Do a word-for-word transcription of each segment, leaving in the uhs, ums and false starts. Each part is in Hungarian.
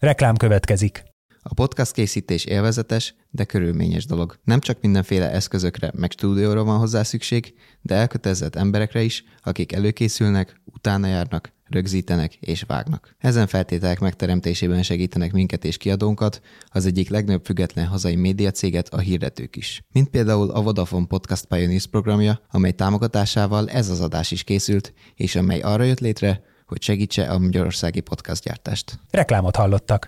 Reklám következik. A podcast készítés élvezetes, de körülményes dolog. Nem csak mindenféle eszközökre meg stúdióra van hozzá szükség, de elkötelezett emberekre is, akik előkészülnek, utána járnak, rögzítenek és vágnak. Ezen feltételek megteremtésében segítenek minket és kiadónkat, az egyik legnagyobb független hazai médiacéget, a hirdetők is. Mint például a Vodafone Podcast Pioneers programja, amely támogatásával ez az adás is készült, és amely arra jött létre, hogy segítse a magyarországi podcastgyártást. Reklámot hallottak.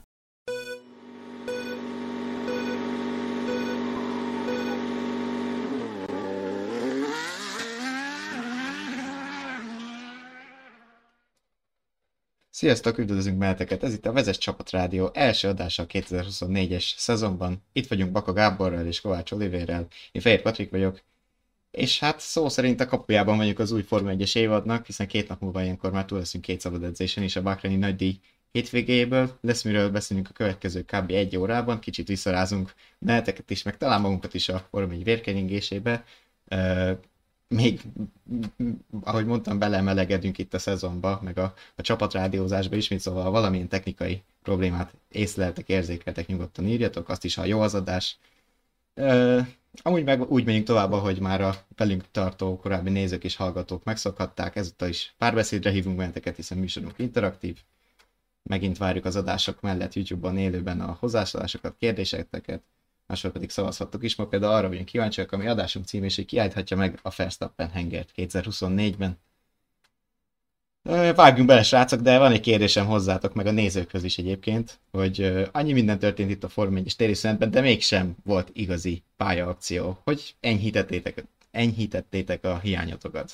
Sziasztok, üdvözlünk benneteket! Ez itt a Vezess Csapat Rádió első adása a kétezer-huszonnégyes szezonban. Itt vagyunk Baka Gáborral és Kovács Olivérrel. Én Fehér Patrik vagyok. És hát szó szerint a kapujában vagyunk az új Forma egyes évadnak, hiszen két nap múlva ilyenkor már túl leszünk két szabad edzésen is a Bahreini nagydíj hétvégéjéből. Lesz miről beszélünk a következő kb. egy órában, kicsit visszarázunk benneteket is, meg talán magunkat is a Forma egy vérkeringésébe. Uh, még, ahogy mondtam, belemelegedünk itt a szezonba, meg a, a csapatrádiózásba is, mint szóval ha valamilyen technikai problémát észleltek, érzékeltek, nyugodtan írjatok, azt is, ha jó az adás. Uh, amúgy meg úgy megyünk tovább, hogy már a velünk tartó korábbi nézők és hallgatók megszokhatták, ezúttal is párbeszédre hívunk benneteket, hiszen műsorunk interaktív. Megint várjuk az adások mellett YouTube-on élőben a hozzászólásokat, kérdéseket, másról pedig szavazhattok is. Ma például arra vagyunk kíváncsiak, ami adásunk cím, és hogy kiállíthatja meg a Verstappen hengert kétezer-huszonnégyben. Vágjunk bele, srácok, de van egy kérdésem hozzátok, meg a nézőkhöz is egyébként, hogy annyi minden történt itt a Forma egyes téli szünetben, de mégsem volt igazi pályaakció. Hogy enyhítettétek, enyhítettétek a hiányotokat?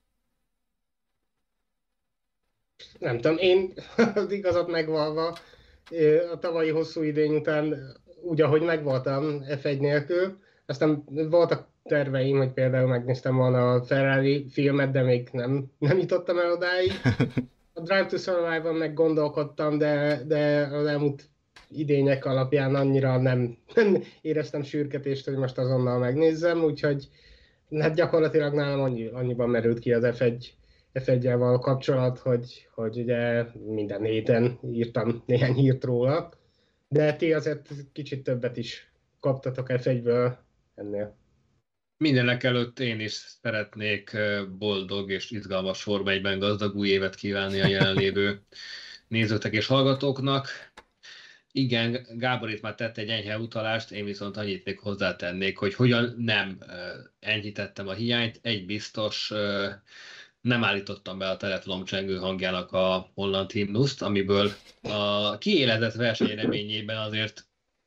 Nem tudom, én az igazat megvalva a tavalyi hosszú idény után úgy, ahogy megvoltam ef egy nélkül, aztán voltak terveim, hogy például megnéztem volna a Ferrari filmet, de még nem, nem jutottam el odáig. A Drive to Survive-on meg gondolkodtam, de, de az elmúlt idények alapján annyira nem, nem éreztem sürgetést, hogy most azonnal megnézzem, úgyhogy hát gyakorlatilag nálam annyi, annyiban merült ki az ef egy ef egyel való kapcsolat, hogy, hogy ugye minden héten írtam néhány hírt róla, de ti azért kicsit többet is kaptatok ef egyből ennél. Mindenek előtt én is szeretnék boldog és izgalmas Forma egyben gazdag új évet kívánni a jelenlévő nézőknek és hallgatóknak. Igen, Gábor itt már tett egy enyhe utalást, én viszont annyit még hozzátennék, hogy hogyan nem enyhítettem a hiányt. Egy biztos, nem állítottam be a telefonom csengő hangjának a holland himnuszt, amiből a kiélezett verseny reményében azért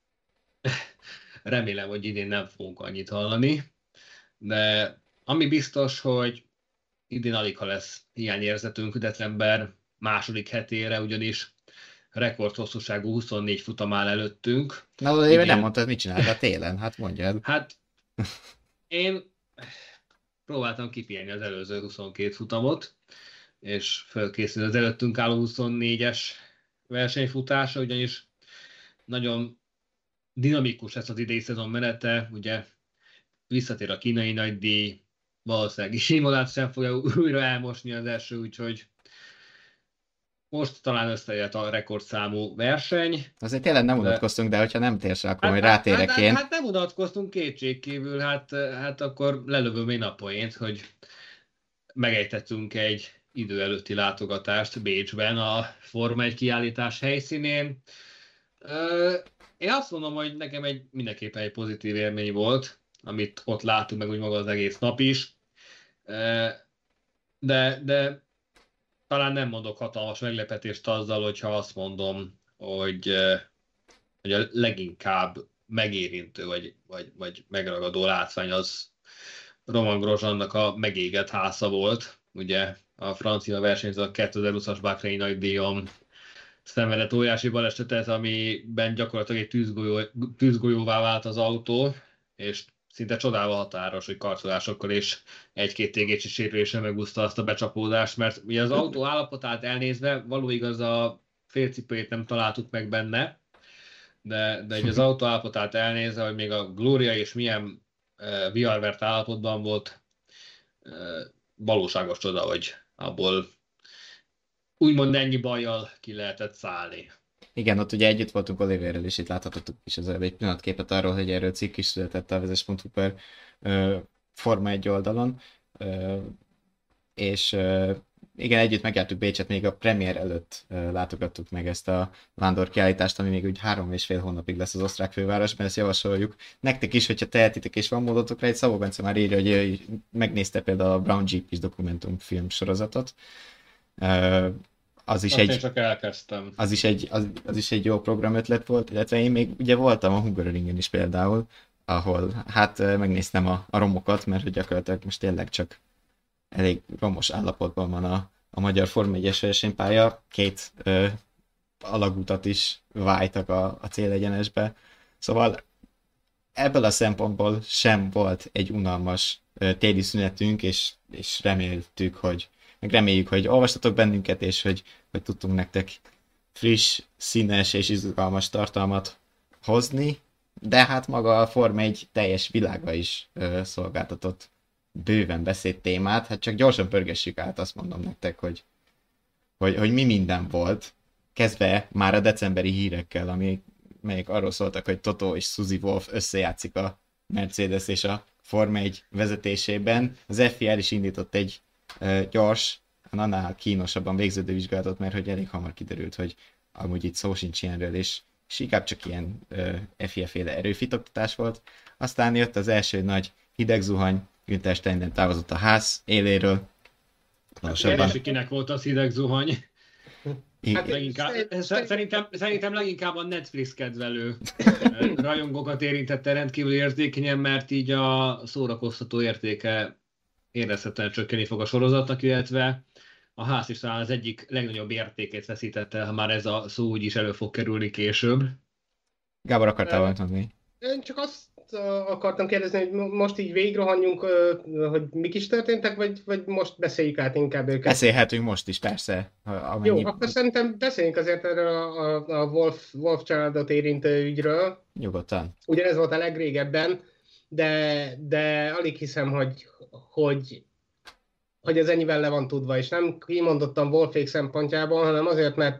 remélem, hogy idén nem fogunk annyit hallani, de ami biztos, hogy idén alig ha lesz hiányérzetünk december második hetére, ugyanis rekordhosszúságú huszonnégy futam áll előttünk. Na, de én nem mondtad, mit csináltál télen, hát mondjad. Hát én próbáltam kipihenni az előző huszonkét futamot, és felkészülni az előttünk álló huszonnégyes versenyfutásra, ugyanis nagyon dinamikus lesz az idei szezon menete, ugye visszatér a kínai nagydíj, valószínűleg Imolát sem fogja újra elmosni az első, úgyhogy most talán összejött a rekordszámú verseny. Azért tényleg nem de... unatkoztunk, de hogyha nem térsz rá, akkor hát, majd hát, rátérek hát, én. Hát nem unatkoztunk kétségkívül, hát, hát akkor lelövöm én a poént, hogy megejtettünk egy idő előtti látogatást Bécsben a Forma egy kiállítás helyszínén. Én azt mondom, hogy nekem egy mindenképpen egy pozitív élmény volt, amit ott láttunk, meg úgy maga az egész nap is. De, de talán nem mondok hatalmas meglepetést azzal, hogyha azt mondom, hogy, hogy a leginkább megérintő, vagy, vagy, vagy megragadó látvány az Romain Grosjeannak a megégett háza volt. Ugye a francia versenyző a kétezer-húszas Bahreini nagydíjon szenvedett óriási balesetet, amiben gyakorlatilag egy tűzgolyó, tűzgolyóvá vált az autó, és szinte csodálva határos, hogy karcolásokkal és egy-két tégécsi sérüléssel megúszta azt a becsapódást, mert ugye az autó állapotát elnézve való igaz a félcipőjét nem találtuk meg benne, de, de egy az autó állapotát elnézve, hogy még a Gloria és milyen uh, viharvert állapotban volt, uh, valóságos csoda, hogy abból úgymond ennyi bajjal ki lehetett szállni. Igen, ott ugye együtt voltunk Oliverrel, és itt láthatottuk is az egy pillanatképet arról, hogy erről cikk is született a vezes pont hu per ö, Forma egy oldalon, ö, és ö, igen, együtt megjártuk Bécset, még a premier előtt ö, látogattuk meg ezt a vándor kiállítást, ami még úgy három és fél hónapig lesz az osztrák fővárosban, ezt javasoljuk. Nektek is, hogyha tehetitek és van módotok rá, egy Szabó Bence már írja, hogy ő megnézte például a Brown gé pés dokumentumfilm sorozatot. Ö, az is Azt egy... én csak elkezdtem. Az is, egy, az, az is egy jó programötlet volt, illetve én még ugye voltam a Hungaroringen is például, ahol hát megnéztem a, a romokat, mert hogy gyakorlatilag most tényleg csak elég romos állapotban van a, a magyar Forma egyes versenypálya, két ö, alagútat is váltak a, a célegyenesbe, szóval ebből a szempontból sem volt egy unalmas ö, téli szünetünk, és, és reméltük, hogy meg reméljük, hogy olvastatok bennünket, és hogy, hogy tudtunk nektek friss, színes és izgalmas tartalmat hozni, de hát maga a Forma egy teljes világa is ö, szolgáltatott bőven beszéd témát, hát csak gyorsan pörgessük át, azt mondom nektek, hogy, hogy, hogy mi minden volt, kezdve már a decemberi hírekkel, ami, melyek arról szóltak, hogy Toto és Suzy Wolff összejátszik a Mercedes és a Forma egy vezetésében. Az ef i á is indított egy uh, gyors, annál kínosabban végződő vizsgálatot, mert hogy elég hamar kiderült, hogy amúgy itt szó sincs ilyenről, és, és inkább csak ilyen uh, ef i á-féle erőfitoktatás volt. Aztán jött az első nagy hideg zuhany, Günther Steiner távozott a ház éléről. Kérdés, hogy kinek volt az hideg zuhany? Hát, leginkább, szerintem, szerintem leginkább a Netflix kedvelő rajongókat érintette rendkívül érzékenyen, mert így a szórakoztató értéke érezhetően csökkenni fog a sorozatnak, illetve a ház is talán az egyik legnagyobb értékét veszítette, ha már ez a szó úgy is elő fog kerülni később. Gábor, akartál valamit mondani? Én csak azt akartam kérdezni, hogy most így végigrohanjunk, hogy mik is történtek, vagy, vagy most beszéljük át inkább őket? Beszélhetünk most is, persze. Amennyi... Jó, akkor szerintem beszéljünk azért erről a, a, a Wolff, Wolff családot érintő ügyről. Nyugodtan. Ugyanez volt a legrégebben, de, de alig hiszem, hogy, hogy, hogy ez ennyivel le van tudva, és nem kimondottan Wolffék szempontjából, hanem azért, mert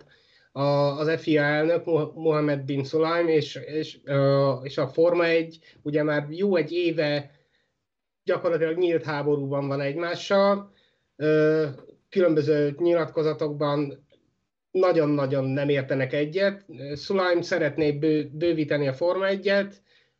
a, az ef i á elnök Mohammed bin Sulayem és, és, és a Forma egy ugye már jó egy éve gyakorlatilag nyílt háborúban van egymással, különböző nyilatkozatokban nagyon-nagyon nem értenek egyet. Sulayem szeretné bő, bővíteni a Forma egyet,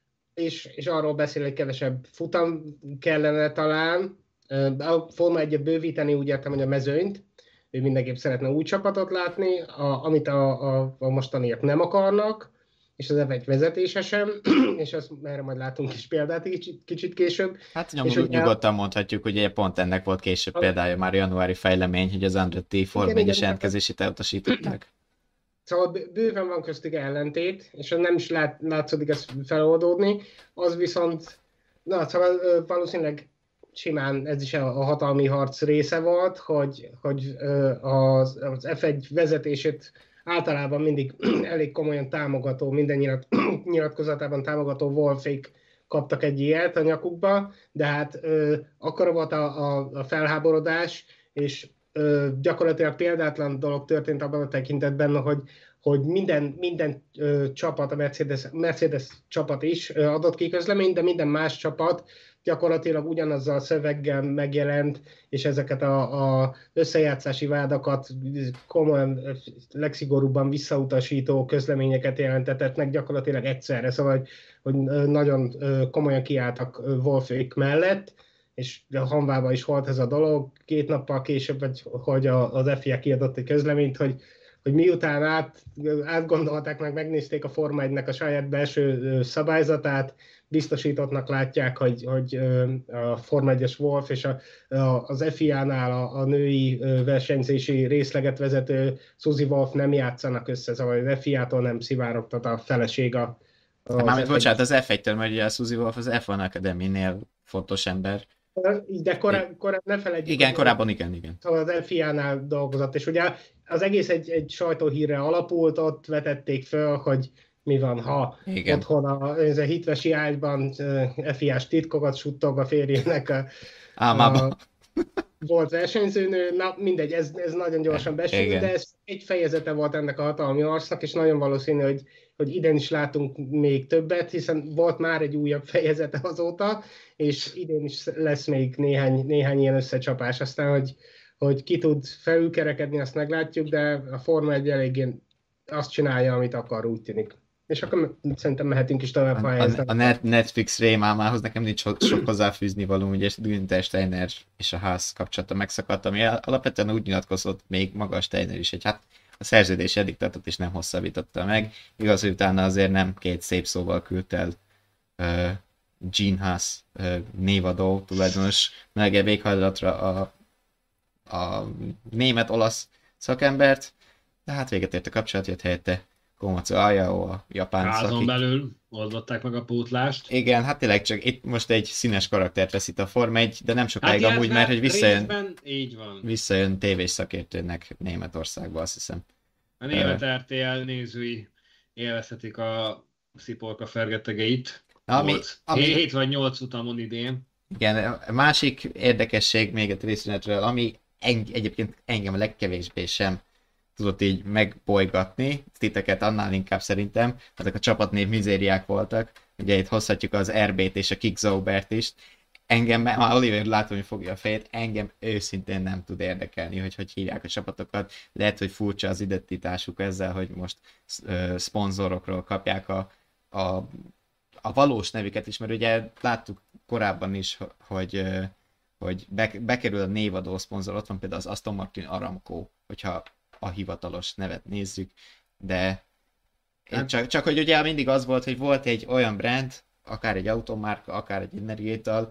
és, és arról beszél, hogy kevesebb futam kellene talán. A Forma egyet bővíteni, úgy értem, hogy a mezőnyt. Ő mindenképp szeretne új csapatot látni, a, amit a, a, a mostaniak nem akarnak, és az ef egy vezetése sem, és azt erre majd látunk is példát kicsit, kicsit később. Hát nyom, és nyugodtan ugye, mondhatjuk, hogy ugye pont ennek volt később a, példája már januári fejlemény, hogy az Andretti Forma egyes jelentkezését elutasították. Szóval bőven van köztük ellentét, és nem is lát, látszódik ezt feloldódni, az viszont, na szóval valószínűleg simán ez is a hatalmi harc része volt, hogy, hogy az, az ef egy vezetését általában mindig elég komolyan támogató, minden nyilat, nyilatkozatában támogató Wolffék kaptak egy ilyet a nyakukba, de hát ö, akkor volt a, a, a felháborodás, és ö, gyakorlatilag példátlan dolog történt abban a tekintetben, hogy, hogy minden, minden ö, csapat, a Mercedes, Mercedes csapat is ö, adott ki közleményt, de minden más csapat gyakorlatilag ugyanazzal a szöveggel megjelent, és ezeket a, a összejátszási vádakat komolyan, legszigorúbban visszautasító közleményeket jelentetett meg gyakorlatilag egyszerre, szóval hogy, hogy nagyon komolyan kiálltak Wolffék mellett, és Hanvában is volt ez a dolog, két nappal később, hogy, hogy az ef i á kiadott egy közleményt, hogy hogy miután át, átgondolták meg, megnézték a Forma egynek a saját belső szabályzatát, biztosítottnak látják, hogy, hogy a Forma egyes Wolff és a, a, az ef i á-nál a, a női versenyzési részleget vezető Suzy Wolff nem játszanak össze, szóval az ef i á-tól nem szivárogtat a feleség a... a Mármint bocsánat, az ef egytől, mert ugye a Suzy Wolff az ef egy Academy-nél fontos ember. De korábban korá, ne felejtjük. Igen, korábban igen, igen. Szóval az ef i á-nál dolgozott, és ugye az egész egy, egy sajtóhírre alapult, ott vetették föl, hogy mi van, ha igen. Otthon a, a hitvesi ágyban ef i á-s titkokat suttog a férjének a, álmában. A, volt versenyzőnő, na mindegy, ez, ez nagyon gyorsan besült, de ez egy fejezete volt ennek a hatalmi arcnak, és nagyon valószínű, hogy, hogy idén is látunk még többet, hiszen volt már egy újabb fejezete azóta, és idén is lesz még néhány, néhány ilyen összecsapás. Aztán, hogy, hogy ki tud felülkerekedni, azt meglátjuk, de a Forma egy eléggé azt csinálja, amit akar, úgy tűnik. És akkor szerintem mehetünk is tovább, ha a, a, a Netflix rémálmához nekem nincs sok hozzáfűzni való, ugye Günther Steiner és a ház kapcsolata megszakadt, ami alapvetően úgy nyilatkozott még maga a Steiner is, hogy hát a szerződés eddig tartott és nem hosszabbította meg. Igaz, hogy utána azért nem két szép szóval küldt el uh, Gene Haas uh, névadó tulajdonos melege véghajlatra a, a német-olasz szakembert, de hát véget ért a kapcsolat, jött helyette Komatsu Ayao, a japán házon szakik. belül oldották meg a pótlást. Igen, hát tényleg csak itt most egy színes karaktert vesz itt a Forma egy, de nem sokáig Hát amúgy, mert hogy visszajön, részben így van. visszajön tévés szakértőnek Németországba, azt hiszem. A német er té el nézői élvezhetik a sziporka fergetegeit. Ami, ami, hét vagy nyolc utamon idén. Igen, a másik érdekesség még a részletről, ami eng, egyébként engem a legkevésbé sem tudott így megbolygatni, titeket annál inkább szerintem, ezek a csapatnév mizériák voltak, ugye itt hozhatjuk az er bé-t és a Kick Zaubert is, engem, már Oliver látom, hogy fogja a fejét, engem őszintén nem tud érdekelni, hogy hogy hívják a csapatokat, lehet, hogy furcsa az identitásuk ezzel, hogy most uh, szponzorokról kapják a, a, a valós nevüket is, mert ugye láttuk korábban is, hogy, uh, hogy be, bekerül a névadó szponzor, ott van például az Aston Martin Aramco, hogyha a hivatalos nevet nézzük, de csak, csak hogy ugye mindig az volt, hogy volt egy olyan brand, akár egy automárka, akár egy energiaital,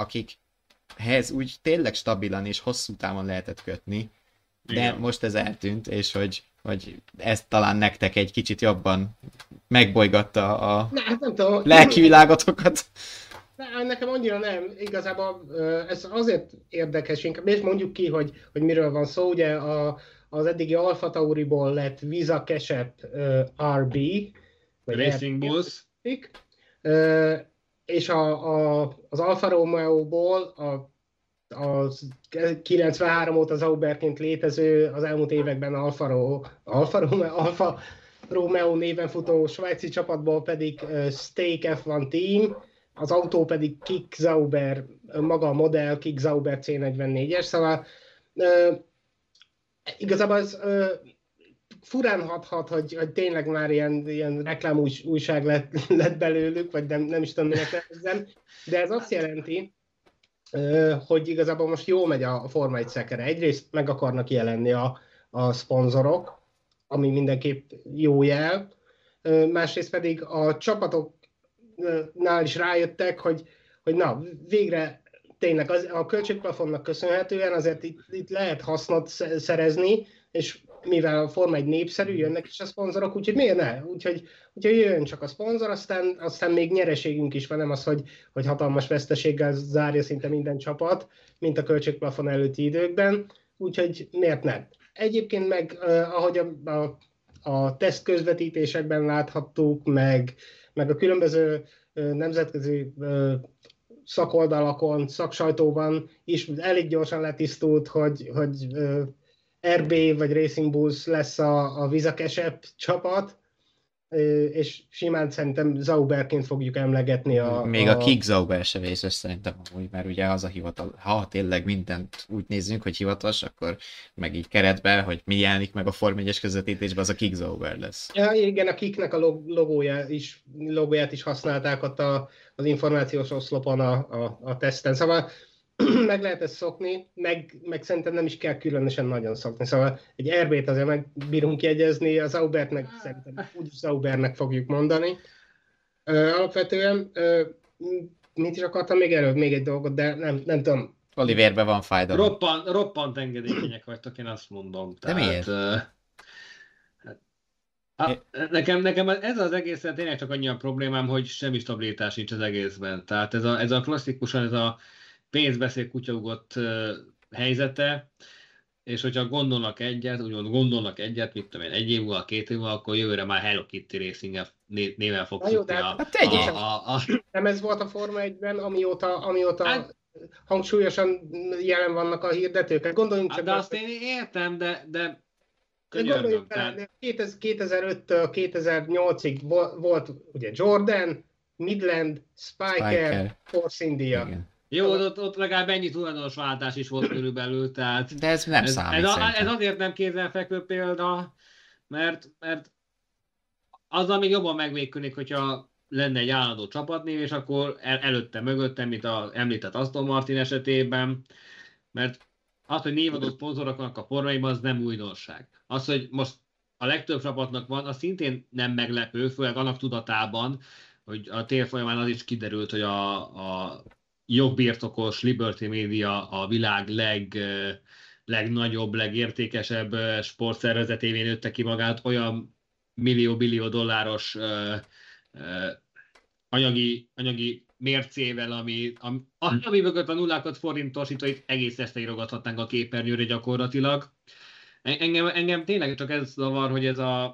akikhez úgy tényleg stabilan és hosszú távon lehetett kötni, de igen. Most ez eltűnt, és hogy, hogy ez talán nektek egy kicsit jobban megbolygatta a Na, nem tudom. lelki világotokat. Na, nekem annyira nem. Igazából ez azért érdekes, inkább, és mondjuk ki, hogy, hogy miről van szó. Ugye a, az eddigi Alfa Tauriból lett Visa Cash-App uh, er bé, Racing Bulls, uh, és a, a, az Alfa Romeo-ból a, a kilencvenhárom óta Zauberként létező, az elmúlt években Alfa, Ro, Alfa, Romeo, Alfa Romeo néven futó svájci csapatból pedig uh, Stake ef egy Team, az autó pedig Kick Zauber, maga a modell Kick Zauber cé negyvennégyes, szóval uh, igazából ez uh, furán hathat, hogy, hogy tényleg már ilyen, ilyen reklámújság lett, lett belőlük, vagy nem, nem is tudom, minek nevezzem, de ez azt jelenti, uh, hogy igazából most jól megy a Forma egy szekere. Egyrészt meg akarnak jelenni a, a szponzorok, ami mindenképp jó jel, uh, másrészt pedig a csapatoknál is rájöttek, hogy, hogy na, végre tényleg az, a költségplafonnak köszönhetően azért itt, itt lehet hasznot szerezni, és mivel a Forma egy népszerű, jönnek is a szponzorok, úgyhogy miért ne? Úgyhogy, úgyhogy jöjjön csak a szponzor, aztán, aztán még nyereségünk is van, nem az, hogy, hogy hatalmas veszteséggel zárja szinte minden csapat, mint a költségplafon előtti időkben, úgyhogy miért ne? Egyébként meg, eh, ahogy a, a, a teszt közvetítésekben láthattuk, meg, meg a különböző eh, nemzetközi eh, szakoldalakon, szaksajtóban is elég gyorsan letisztult, hogy, hogy eh, er bé vagy Racing Bulls lesz a, a Visa Cash-App csapat, és simán szerintem Zauberként fogjuk emlegetni a... Még a, a Kick Zauber se vészes szerintem amúgy, mert ugye az a hivatal, ha tényleg mindent úgy nézzünk, hogy hivatalos, akkor meg így keretben, hogy mi jelenik meg a Form egyes közvetítésben, az a Kick Zauber lesz. Ja, igen, a Kicknek a logója is, logóját is használták ott a, az információs oszlopon a, a, a teszten, szóval meg lehet ezt szokni, meg, meg szerintem nem is kell különösen nagyon szokni. Szóval egy er bét azért megbírunk jegyezni, az Zaubert meg szerintem úgyis Zaubernek fogjuk mondani. Uh, alapvetően, uh, mit is akartam még előbb, még egy dolgot, de nem, nem tudom. Oliverben van fájdalom. Roppan, roppant engedékenyek vagytok, én azt mondom. De miért? Uh, hát, nekem, nekem ez az egészen tényleg csak annyi a problémám, hogy semmi stabilitás nincs az egészben. Tehát ez a, ez a klasszikusan, ez a pénzbeszél kutyaugott uh, helyzete, és hogyha gondolnak egyet, úgymond gondolnak egyet, mit tudom én, egy év múlva, két év múlva, akkor jövőre már Hello Kitty Racing néven fog futni a, hát a, a, a... Nem ez volt a Forma egyben, amióta, amióta Hát, hangsúlyosan jelen vannak a hirdetők. Gondoljunk csak... De azt én értem, de, de Gondoljunk bele, kétezer-öttől kétezer-nyolcig volt ugye Jordan, Midland, Spiker, Spiker. Force India. Igen. Jó, ott, ott legalább ennyi tulajdonosváltás is volt körülbelül, tehát... De ez nem ez, számít ez, a, ez azért nem kézenfekvő példa, mert, mert azzal még jobban megvékülnék, hogyha lenne egy állandó csapatnév, és akkor el, előtte, mögötte, mint az említett Aston Martin esetében, mert az, hogy névadó szponzorok vannak a formáimban, az nem újdonság. Az, hogy most a legtöbb csapatnak van, az szintén nem meglepő, főleg annak tudatában, hogy a tél folyamán az is kiderült, hogy a, a jogbirtokos Liberty Media a világ leg, legnagyobb, legértékesebb sportszervezetévé nőtte ki magát, olyan millió-billió dolláros uh, uh, anyagi, anyagi mércével, ami, ami, ami mögött a nullákat forintosítóit egész este írogathatnánk a képernyőre gyakorlatilag. Engem, engem tényleg csak ez zavar, hogy ez a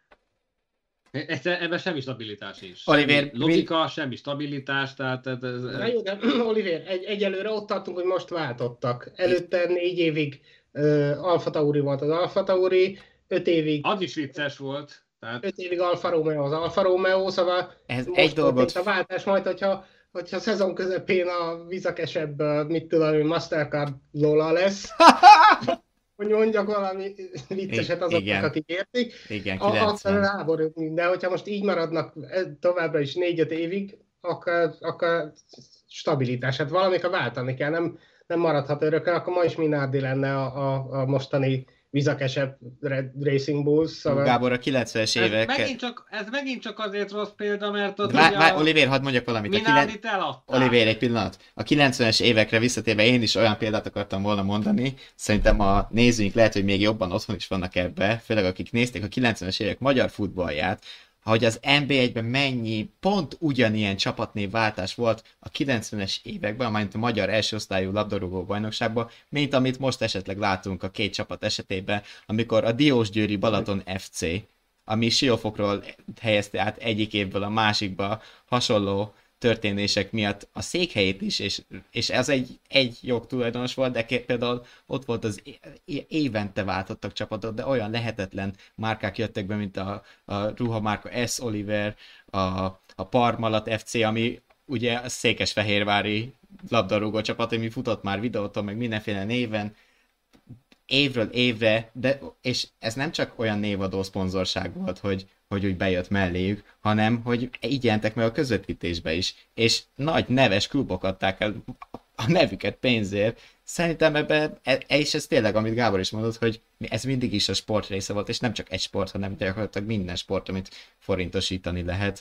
ebben semmi stabilitás is. Oliver, semmi logika, mi... semmi stabilitás, tehát ez... ez... Na jó, de Oliver, egy, egyelőre ott tartunk, hogy most váltottak. Előtte négy évig uh, Alfa Tauri volt az Alfa Tauri, öt évig... Az is vicces volt. Tehát... öt évig Alfa Romeo az Alfa Romeo, szóval ez egy dolgot... a váltás majd, hogyha, hogyha szezon közepén a vizakesebb, mit tudom, Mastercard Lola lesz, hogy mondjak valami vicceset azoknak, igen, akik értik, igen, akkor ráborulni. De hogyha most így maradnak továbbra is négy-öt évig, akkor, akkor stabilitás. Hát valamikor váltani kell, nem, nem maradhat örökön, akkor ma is Minardi lenne a, a, a mostani vizakesebb Racing Bulls. Szóval... Gábor, a kilencvenes évek... Ez megint, csak, ez megint csak azért rossz példa, mert az Vá, vá, a... Oliver, hadd mondjak valamit. Minardit kilen... eladták. Oliver, egy pillanat. A kilencvenes évekre visszatérve én is olyan példát akartam volna mondani. Szerintem a nézőink lehet, hogy még jobban otthon is vannak ebbe, főleg akik nézték a kilencvenes évek magyar futballját, hogy az en bé egyben mennyi pont ugyanilyen csapatnévváltás volt a kilencvenes években, amelyet a magyar elsőosztályú labdarúgó bajnokságban, mint amit most esetleg látunk a két csapat esetében, amikor a Diósgyőri Balaton ef cé, ami Siófokról helyezte át egyik évből a másikba hasonló történések miatt a székhelyét is, és, és ez egy, egy jogtulajdonos volt, de például ott volt az évente váltottak csapatot, de olyan lehetetlen márkák jöttek be, mint a, a ruhamárka S. Oliver, a, a Parmalat ef cé, ami ugye a székesfehérvári labdarúgó csapat, ami futott már videóton, meg mindenféle néven, évről évre, de, és ez nem csak olyan névadó szponzorság volt, hogy, hogy úgy bejött melléjük, hanem hogy így jelentek meg a közvetítésbe is, és nagy neves klubok adták el a nevüket pénzért. Szerintem ebben, és ez tényleg, amit Gábor is mondott, hogy ez mindig is a sport része volt, és nem csak egy sport, hanem gyakorlatilag minden sport, amit forintosítani lehet.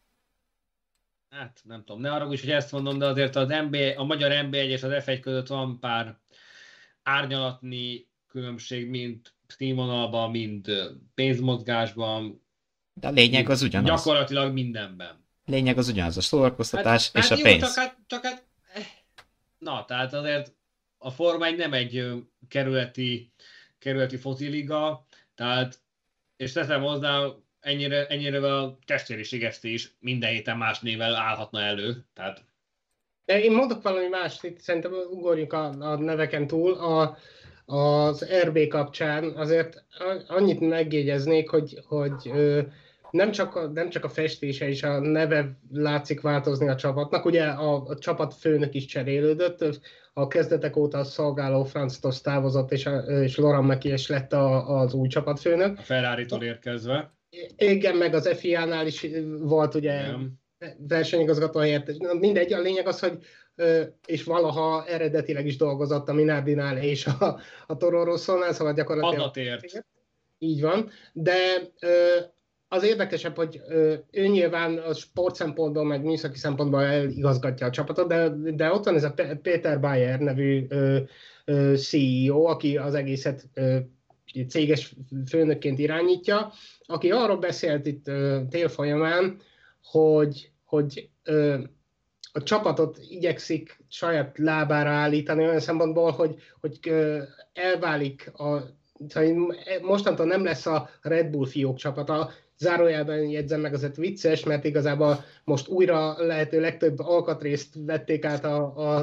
Hát nem tudom, ne arra is, hogy ezt mondom, de azért az en bé, a magyar en bé egy és az ef egy között van pár árnyalatni különbség, mind színvonalban, mind pénzmozgásban. De a lényeg az ugyanaz. Gyakorlatilag mindenben. Lényeg az ugyanaz, a szórakoztatás hát, és hát a jó, pénz. Csak hát, csak hát, na, tehát azért a Forma egy nem egy kerületi, kerületi fociliga, tehát, és teszem hozzá, ennyire, ennyire a testvéri Sigeszti is minden héten más névvel állhatna elő, tehát... De én mondok valami mást, itt szerintem ugorjunk a, a neveken túl. A, az er bé kapcsán azért annyit megjegyeznék, hogy, hogy nem, csak a, nem csak a festése és a neve látszik változni a csapatnak. Ugye a, a csapat főnök is cserélődött, a kezdetek óta a szolgáló Franz Tost távozott, és, a, és Laurent Mekies lett a, az új csapatfőnök. A Ferrari-tól érkezve. Igen, meg az ef i á-nál is volt ugye... Igen. versenyigazgató helyettes. Mindegy, a lényeg az, hogy és valaha eredetileg is dolgozott a Minardinál és a, a Toro Rosszónál, szóval gyakorlatilag... Adatért. Így van, de az érdekesebb, hogy ő nyilván a sport szempontból, meg műszaki szempontból eligazgatja a csapatot, de, de ott van ez a Peter Bayer nevű cé e o, aki az egészet céges főnökként irányítja, aki arról beszélt itt tél folyamán, hogy, hogy ö, a csapatot igyekszik saját lábára állítani olyan szempontból, hogy, hogy ö, elválik a... Mostantól nem lesz a Red Bull fiók csapata, zárójelben jegyzem meg, azért vicces, mert igazából most újra lehető legtöbb alkatrészt vették át a, a,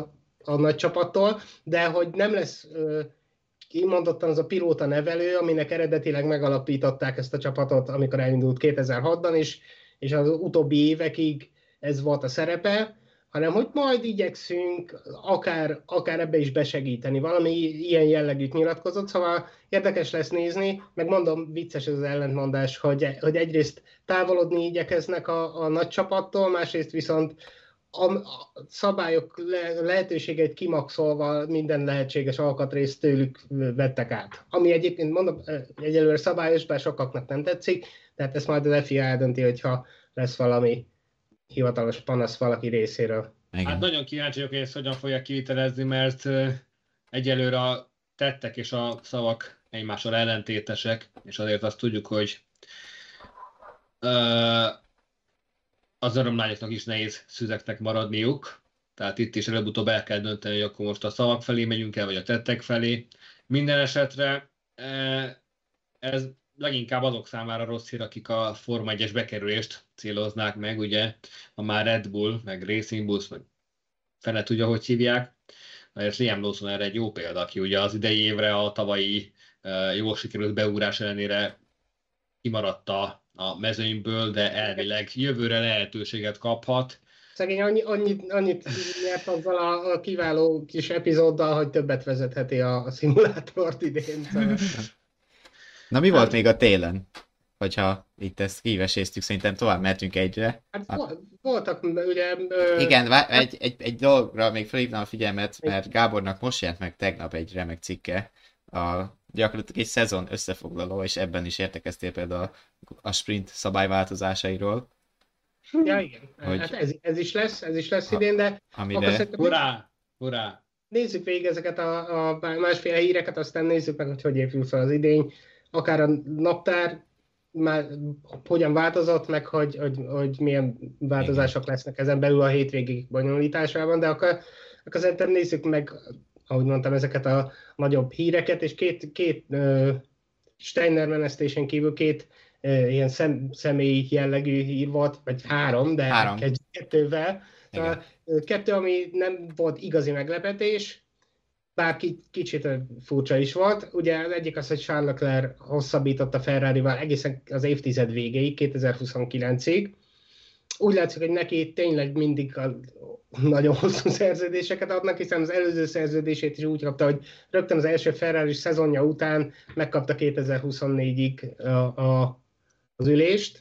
a nagy csapattól, de hogy nem lesz kimondottan az a pilóta nevelő, aminek eredetileg megalapították ezt a csapatot, amikor elindult kétezer-hatban is, és az utóbbi évekig ez volt a szerepe, hanem hogy majd igyekszünk akár, akár ebbe is besegíteni. Valami ilyen jellegűt nyilatkozott, szóval érdekes lesz nézni, meg mondom, vicces ez az ellentmondás, hogy, hogy egyrészt távolodni igyekeznek a, a nagy csapattól, másrészt viszont a szabályok le, lehetőségeit kimaxolva minden lehetséges alkatrészt tőlük vettek át. Ami egyébként mondom, egyelőre szabályos, bár sokaknak nem tetszik, tehát ezt majd az ef i á eldönti, hogyha lesz valami hivatalos panasz valaki részéről. Igen. Hát nagyon kíváncsi vagyok, hogy ezt hogyan fogják kivitelezni, mert egyelőre a tettek és a szavak egymással ellentétesek, és azért azt tudjuk, hogy uh, az örömlányoknak is nehéz szüzeknek maradniuk, tehát itt is előbb-utóbb el kell dönteni, hogy akkor most a szavak felé megyünk el, vagy a tettek felé. Minden esetre ez leginkább azok számára rossz hír, akik a Forma egyes bekerülést céloznák meg, ugye, ha már Red Bull, meg Racing Bulls, meg fele tudja, hogy hívják. Mert Liam Lawson erre egy jó példa, aki ugye az idei évre a tavalyi jól sikerült beúrás ellenére kimaradt a mezőnyből, de elvileg jövőre lehetőséget kaphat. Szegény annyi, annyit, annyit nyert azzal a, a kiváló kis epizóddal, hogy többet vezetheti a, a szimulátort idén. Na mi volt még a télen? Hogyha itt ezt kiveséztük, szerintem tovább mehetünk egyre. Hát a... voltak ugye... Igen, vá- egy, egy, egy dologra még felhívnám a figyelmet, mert Gábornak most jelent meg tegnap egy remek cikke, a, gyakorlatilag egy szezon összefoglaló, és ebben is értekeztél például a, a sprint szabályváltozásairól. Ja, igen. Hogy hát ez, ez is lesz, ez is lesz idén, de... Amire... Hurrá! Hurrá! Nézzük végig ezeket a, a másféle híreket, aztán nézzük meg, hogy hogy épül fel az idény. Akár a naptár már hogyan változott, meg hogy, hogy, hogy milyen változások igen. lesznek ezen belül a hétvégi bonyolításában, de akkor, akkor szerintem nézzük meg, ahogy mondtam, ezeket a nagyobb híreket, és két, két uh, Steiner menesztésen kívül két uh, ilyen szem, személyi jellegű hír volt, vagy három, de három. kettővel. Uh, kettő, ami nem volt igazi meglepetés, bár kicsit furcsa is volt. Ugye az egyik az, hogy Charles Leclerc hosszabbított a Ferrarival egészen az évtized végéig, kétezer-huszonkilencig. Úgy látszik, hogy neki tényleg mindig a nagyon hosszú szerződéseket adnak, hiszen az előző szerződését is úgy kapta, hogy rögtön az első Ferrari szezonja után megkapta kétezer-huszonnégyig a, a, az ülést.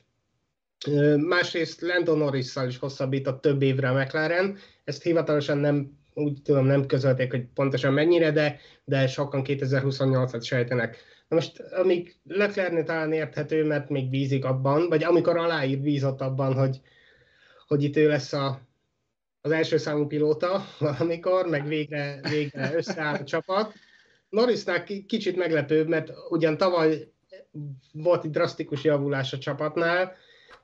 Másrészt Lando Norrisszal is hosszabbított több évre a McLaren. Ezt hivatalosan nem úgy tudom, nem közölték, hogy pontosan mennyire, de, de sokan kétezer-huszonnyolcat sejtenek. Na most, amíg Leclercnél talán érthető, mert még bízik abban, vagy amikor aláír, bízott abban, hogy, hogy itt ő lesz a, az első számú pilóta valamikor, meg végre, végre összeáll a csapat. Norrisnál kicsit meglepőbb, mert ugyan tavaly volt egy drasztikus javulás a csapatnál,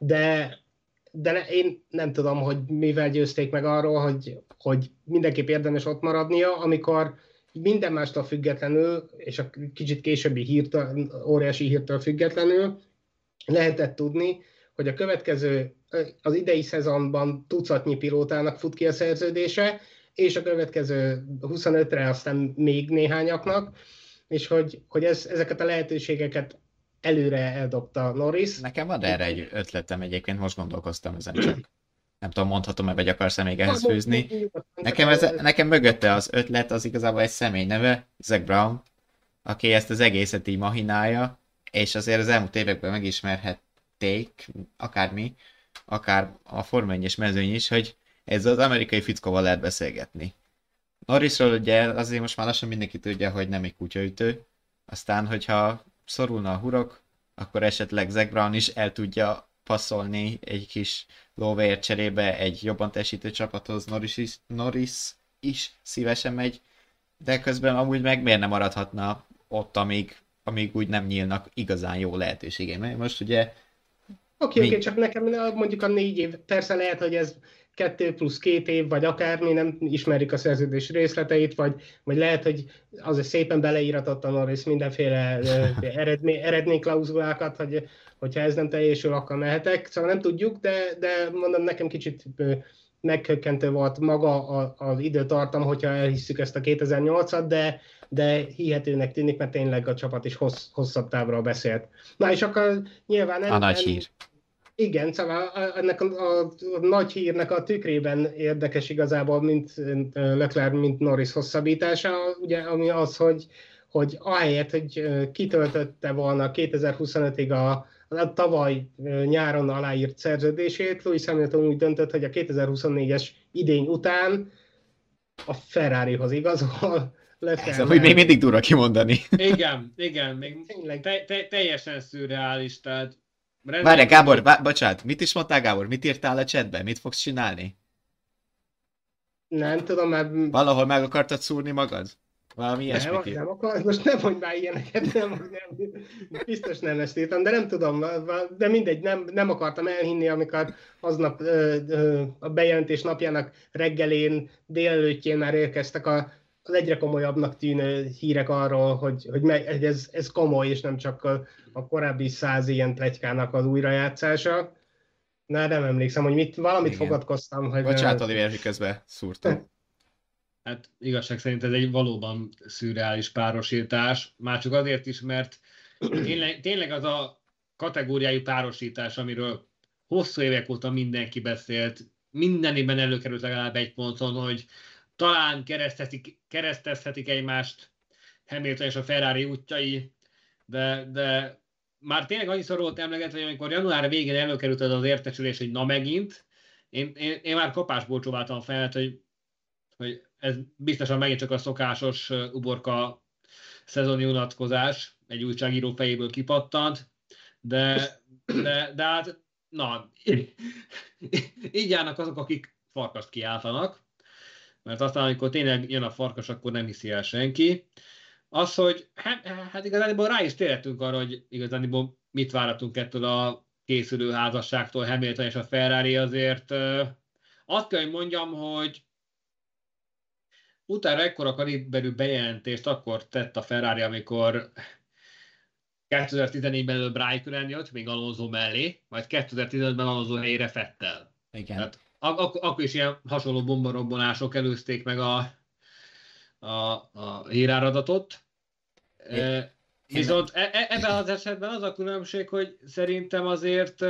de de ne, én nem tudom, hogy mivel győzték meg arról, hogy, hogy mindenképp érdemes ott maradnia, amikor minden mástól függetlenül, és a kicsit későbbi hírtől, óriási hírtől függetlenül lehetett tudni, hogy a következő, az idei szezonban tucatnyi pilótának fut ki a szerződése, és a következő huszonötre aztán még néhányaknak, és hogy, hogy ez, ezeket a lehetőségeket előre eldobta Norris. Nekem van erre egy ötletem egyébként, most gondolkoztam ezen csak. Nem tudom, mondhatom-e, vagy akarsz-e még ehhez fűzni. Nekem, ez, nekem mögötte az ötlet, az igazából egy személy neve, Zac Brown, aki ezt az egészet így mahinálja, és azért az elmúlt években megismerhették, akármi, akár a Forma egyes mezőny is, hogy ez az amerikai fickóval lehet beszélgetni. Norrisról ugye azért most már lassan mindenki tudja, hogy nem egy kutyaütő, aztán, hogyha szorulna a hurok, akkor esetleg Zac Brown is el tudja passzolni egy kis lóvér cserébe egy jobban teljesítő csapathoz, Norris is, Norris is szívesen megy, de közben amúgy meg miért nem maradhatna ott, amíg, amíg úgy nem nyílnak igazán jó lehetőségei. Mert most ugye... Oké, okay, mi... okay, csak nekem mondjuk a négy év, persze lehet, hogy ez kettő plusz két év, vagy akármi, nem ismerik a szerződés részleteit, vagy, vagy lehet, hogy azért szépen beleíratott a Norris mindenféle eredmény, eredményklauzulákat, hogy, hogyha ez nem teljesül, akkor mehetek. Szóval nem tudjuk, de, de mondom, nekem kicsit meghökkentő volt maga az időtartam, hogyha elhisszük ezt a kétezer-nyolcat, de, de hihetőnek tűnik, mert tényleg a csapat is hossz, hosszabb távra beszélt. Na és akkor nyilván... En, a nagy hír. Igen, szóval ennek a, a, a nagy hírnek a tükrében érdekes igazából, mint Leclerc, mint Norris hosszabbítása, ugye, ami az, hogy, hogy ahelyett, hogy kitöltötte volna kétezer-huszonötig a, a tavaly nyáron aláírt szerződését, Lewis Hamilton úgy döntött, hogy a kétezer-huszonnégyes idény után a Ferrarihoz igazol. Ez amúgy még mindig durva kimondani. Igen, igen, még te, te, teljesen szürreális, tehát Várj, Gábor, vá- bocsánat, mit is mondtál, Gábor? Mit írtál a chatbe? Mit fogsz csinálni? Nem tudom, mert... Valahol meg akartad szúrni magad? Valami ilyesmit nem, nem akar, most nem mondj már ilyeneket, nem, nem, biztos nem ezt írtam, de nem tudom, de mindegy, nem, nem akartam elhinni, amikor aznap ö, ö, a bejelentés napjának reggelén, délelőttjén már érkeztek a az egyre komolyabbnak tűnő hírek arról, hogy, hogy ez, ez komoly, és nem csak a, a korábbi száz ilyen pletykának az újrajátszása. Na, nem emlékszem, hogy mit, valamit Igen. fogadkoztam. Hogy Bocsánat, Oliver, miközben szúrtam. Hát igazság szerint ez egy valóban szürreális párosítás, már csak azért is, mert tényleg, tényleg az a kategóriájú párosítás, amiről hosszú évek óta mindenki beszélt, mindenében előkerült legalább egy ponton, hogy talán keresztezhetik egymást Hamilton és a Ferrari útjai, de, de már tényleg annyiszor volt emlegetve, hogy amikor január végén előkerült az értesülés, hogy na megint, én, én, én már kapásból csóváltam fel, hogy, hogy ez biztosan megint csak a szokásos uborka szezoni unatkozás, egy újságíró fejéből kipattant, de, de, de hát, na, így járnak azok, akik farkast kiáltanak, mert aztán, amikor tényleg jön a farkas, akkor nem hiszi el senki. Az, hogy hát, hát igazából rá is térhetünk arra, hogy igazából mit váratunk ettől a készülő házasságtól, Hamilton és a Ferrari, azért azt kell, hogy mondjam, hogy utána ekkora kaliberű bejelentést akkor tett a Ferrari, amikor kétezer-tizennégyben előbb Raikkonen jött, még Alonso mellé, majd kétezer-tizenötben Alonso helyére Vettel. Igen. Tehát Ak- akkor is ilyen hasonló bombarobbanások előzték meg a, a, a híráradatot. E, viszont e- e- ebben az esetben az a különbség, hogy szerintem azért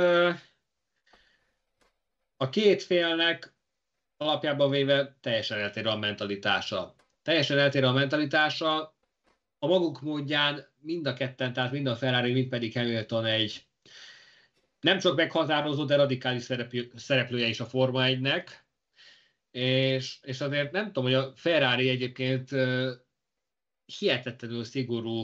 a két félnek alapjában véve teljesen eltér a mentalitása. Teljesen eltér a mentalitása. A maguk módján mind a ketten, tehát mind a Ferrari, mind pedig Hamilton egy nem csak meghatározó, de radikális szereplő, szereplője is a Forma egynek, és, és azért nem tudom, hogy a Ferrari egyébként uh, hihetetlenül szigorú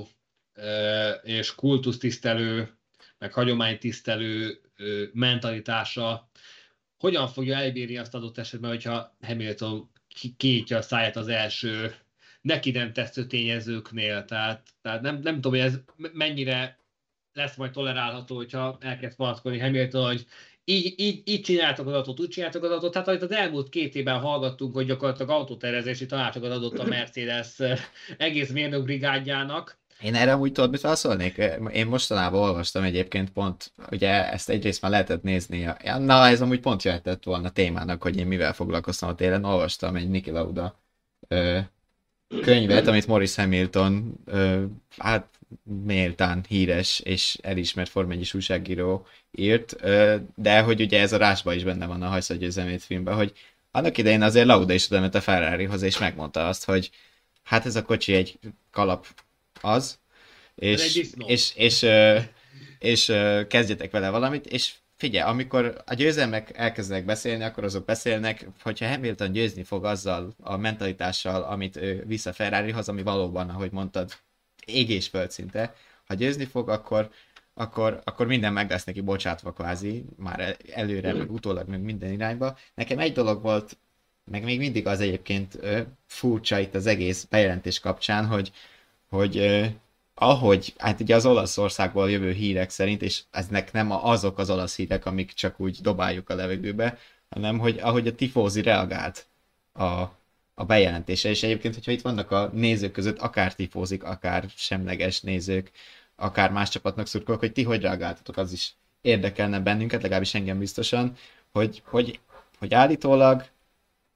uh, és kultusztisztelő, meg hagyománytisztelő uh, mentalitása hogyan fogja elbírni azt adott esetben, hogyha Hamilton kinyitja a száját az első neki nem tetsző tényezőknél. Tehát, tehát nem, nem tudom, hogy ez mennyire lesz majd tolerálható, hogyha elkezd panaszkodni Hamilton, hogy így, így, így csináltak az autót, úgy csináltak az autót. Tehát, amit az elmúlt két évben hallgattunk, hogy gyakorlatilag autótervezési tanácsokat adott a Mercedes egész mérnökbrigádjának. Én erre úgy tudod, mit válaszolnék? Én mostanában olvastam egyébként pont, ugye ezt egyrészt már lehetett nézni. Na, ez amúgy pont jöhetett volna témának, hogy én mivel foglalkoztam a télen. Olvastam egy Niki Lauda ö, könyvet, amit Morris Hamilton, ö, hát méltán híres és elismert Forma egyes újságíró írt, ö, de hogy ugye ez a rásban is benne van a Hajszadgyőzelmét filmben, hogy annak idején azért Lauda is oda ment a Ferrarihoz, és megmondta azt, hogy hát ez a kocsi egy kalap az, és, és, és, és, és, és kezdjetek vele valamit, és figyelj, amikor a győzelmek elkezdenek beszélni, akkor azok beszélnek, hogyha Hamilton győzni fog azzal a mentalitással, amit ő visz a Ferrarihoz, ami valóban, ahogy mondtad, ég és föld szinte, ha győzni fog, akkor, akkor, akkor minden meg lesz neki bocsátva kvázi, már előre, meg utólag, meg minden irányba. Nekem egy dolog volt, meg még mindig az egyébként furcsa itt az egész bejelentés kapcsán, hogy hogy eh, ahogy, hát ugye az Olaszországból jövő hírek szerint, és eznek nem azok az olasz hírek, amik csak úgy dobáljuk a levegőbe, hanem hogy ahogy a tifózi reagált a, a bejelentése, és egyébként, hogyha itt vannak a nézők között, akár tifózik, akár semleges nézők, akár más csapatnak szurkolok, hogy ti hogy reagáltatok, az is érdekelne bennünket, legalábbis engem biztosan, hogy, hogy, hogy állítólag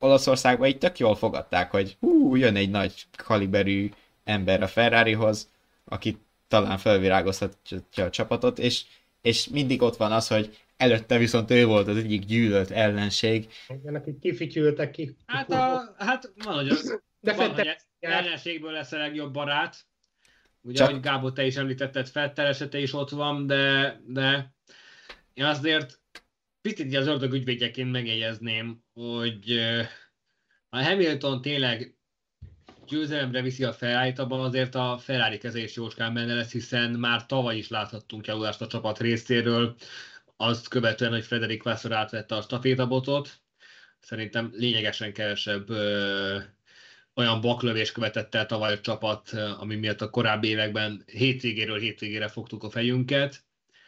Olaszországban így tök jól fogadták, hogy hú, jön egy nagy kaliberű ember a Ferrarihoz, aki talán felvirágoztatja a csapatot, és, és mindig ott van az, hogy előtte viszont ő volt az egyik gyűlölt ellenség. Igen, akik kifütyültek ki. Hát, a, hát van, hogy, De van, hogy Vettel- ellenségből lesz a legjobb barát. Ugye, Csak- ahogy Gábor, te is említetted, Vettel esete is ott van, de, de én azért picit az ördög ügyvédjeként megjegyezném, hogy eh, ha Hamilton tényleg győzelemre viszi a Ferrari-t, abban azért a Ferrari kezés jóskán benne lesz, hiszen már tavaly is láthattunk javulást a csapat részéről, azt követően, hogy Frederic Vasseur átvette a stafétabotot. Szerintem lényegesen kevesebb ö, olyan baklövés követett el tavaly a csapat, ami miatt a korábbi években hétvégéről hétvégére fogtuk a fejünket,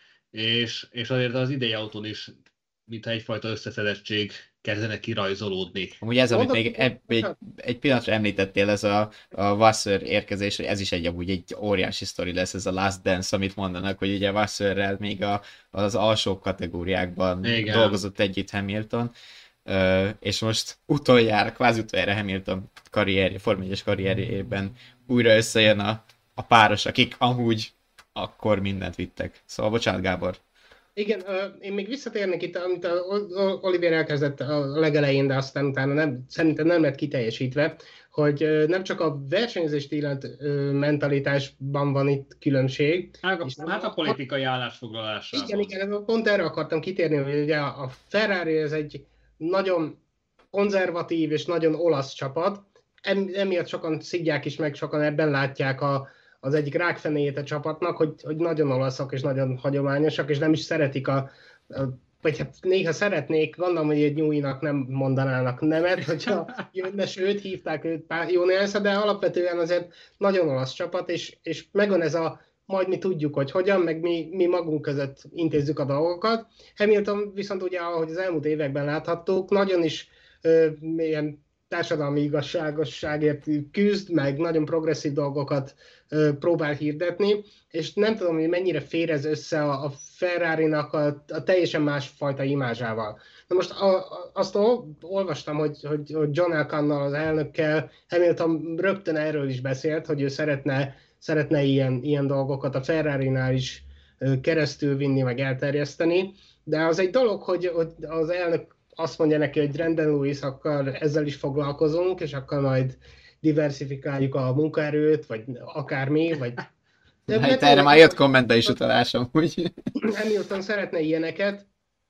és, és azért az idei autón is, mintha egyfajta összeszedettség kezdene kirajzolódni. Amúgy ez, amit Mondom- még egy, egy, egy pillanatra említettél, ez a, a Vasseur érkezés, hogy ez is egy, amúgy egy óriási sztori lesz, ez a Last Dance, amit mondanak, hogy ugye Vasseurrel még a, az alsó kategóriákban Igen. dolgozott együtt Hamilton, Ö, és most utoljára, kvázi utoljára Hamilton karrierje, Forma egyes karrierjében újra összejön a, a páros, akik amúgy akkor mindent vittek. Szóval bocsánat, Gábor. Igen, ö, én még visszatérnék itt, amit a O- Oliver elkezdett a legelején, de aztán utána nem, szerintem nem lett kiteljesítve, hogy ö, nem csak a versenyzést illet ö, mentalitásban van itt különbség. Hát És a, hát a politikai állásfoglalásában. Igen, igen, pont erre akartam kitérni, hogy ugye a Ferrari ez egy nagyon konzervatív és nagyon olasz csapat, Em, emiatt sokan szidják is meg, sokan ebben látják a, az egyik rákfenéjét a csapatnak, hogy, hogy nagyon olaszok és nagyon hagyományosak, és nem is szeretik a, a vagy hát néha szeretnék, gondolom, hogy egy Newey-nak nem mondanának nemet, hogyha jönne, sőt, hívták őt pár jó nézve, de alapvetően azért nagyon olasz csapat, és, és megvan ez a majd mi tudjuk, hogy hogyan, meg mi, mi magunk között intézzük a dolgokat. Hamilton viszont ugye, ahogy az elmúlt években láthattuk, nagyon is ö, ilyen társadalmi igazságosságért küzd, meg nagyon progresszív dolgokat ö, próbál hirdetni, és nem tudom, hogy mennyire fér ez össze a, a Ferrari-nak a, a teljesen másfajta imázsával. Na most a, a, azt ol, olvastam, hogy, hogy, hogy John Elkannal, az elnökkel, Hamilton rögtön erről is beszélt, hogy ő szeretne szeretne ilyen, ilyen dolgokat a Ferrari-nál is keresztül vinni, meg elterjeszteni, de az egy dolog, hogy, hogy az elnök azt mondja neki, hogy Brandon Lewis, akkor ezzel is foglalkozunk, és akkor majd diversifikáljuk a munkaerőt, vagy akármi, vagy... De hát erre már jött kommentbe is utalásom, úgy. Hamilton szeretne ilyeneket,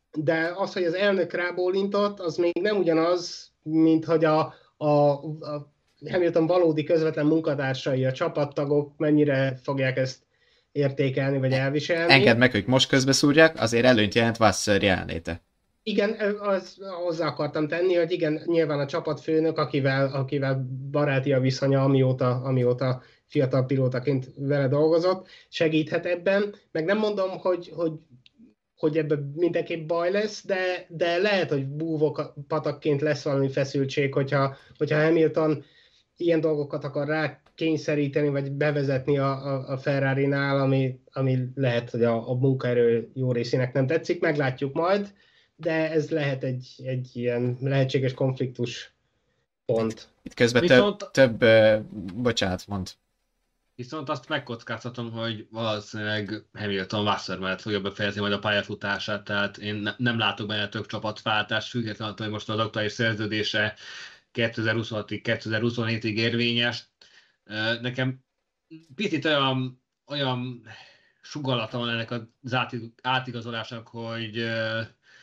de az, hogy az elnök rábólintott, az még nem ugyanaz, mint hogy a, a, a Hamilton valódi közvetlen munkatársai, a csapattagok mennyire fogják ezt értékelni, vagy elviselni. Engedd meg, hogy most közbeszúrjak, azért előnyt jelent Vasseur jelenléte. Igen, az, hozzá akartam tenni, hogy igen, nyilván a csapatfőnök, akivel, akivel baráti a viszonya, amióta, amióta fiatal pilótaként vele dolgozott, segíthet ebben. Meg nem mondom, hogy, hogy, hogy ebben mindenképp baj lesz, de, de lehet, hogy búvok patakként lesz valami feszültség, hogyha, hogyha Hamilton ilyen dolgokat akar rá kényszeríteni, vagy bevezetni a, a, a Ferrari-nál, ami, ami lehet, hogy a, a munkaerő jó részének nem tetszik, meglátjuk majd, de ez lehet egy, egy ilyen lehetséges konfliktus pont. Itt közben Viszont- több, több uh, bocsánat, mond. Viszont azt megkockáztatom, hogy valószínűleg Hamilton Vasseur mellett fogja befejezni majd a pályafutását, tehát én ne, nem látok benne több csapatváltást, függetlenül attól, hogy most az aktuális szerződése kétezer-huszonhatig kétezer-huszonhétig érvényes. Ö, Nekem picit olyan, olyan sugallata van ennek az áti- átigazolásnak, hogy ö,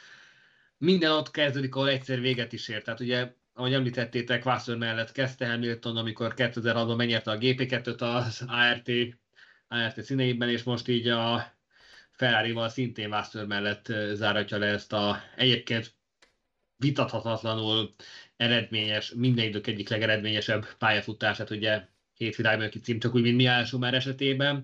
minden ott kezdődik, ahol egyszer véget is ért. Tehát ugye, ahogy említettétek, Vasseur mellett kezdte Hamilton, amikor kétezer-hatban megnyerte a gé pé kettőt az á er té, á er té színeiben, és most így a Ferrari-val szintén Vasseur mellett ö, záratja le ezt a egyébként vitathatatlanul eredményes, minden idők egyik legeredményesebb pályafutását, ugye hét világbajnoki cím, csak úgy, mint Mihály Schumacher esetében.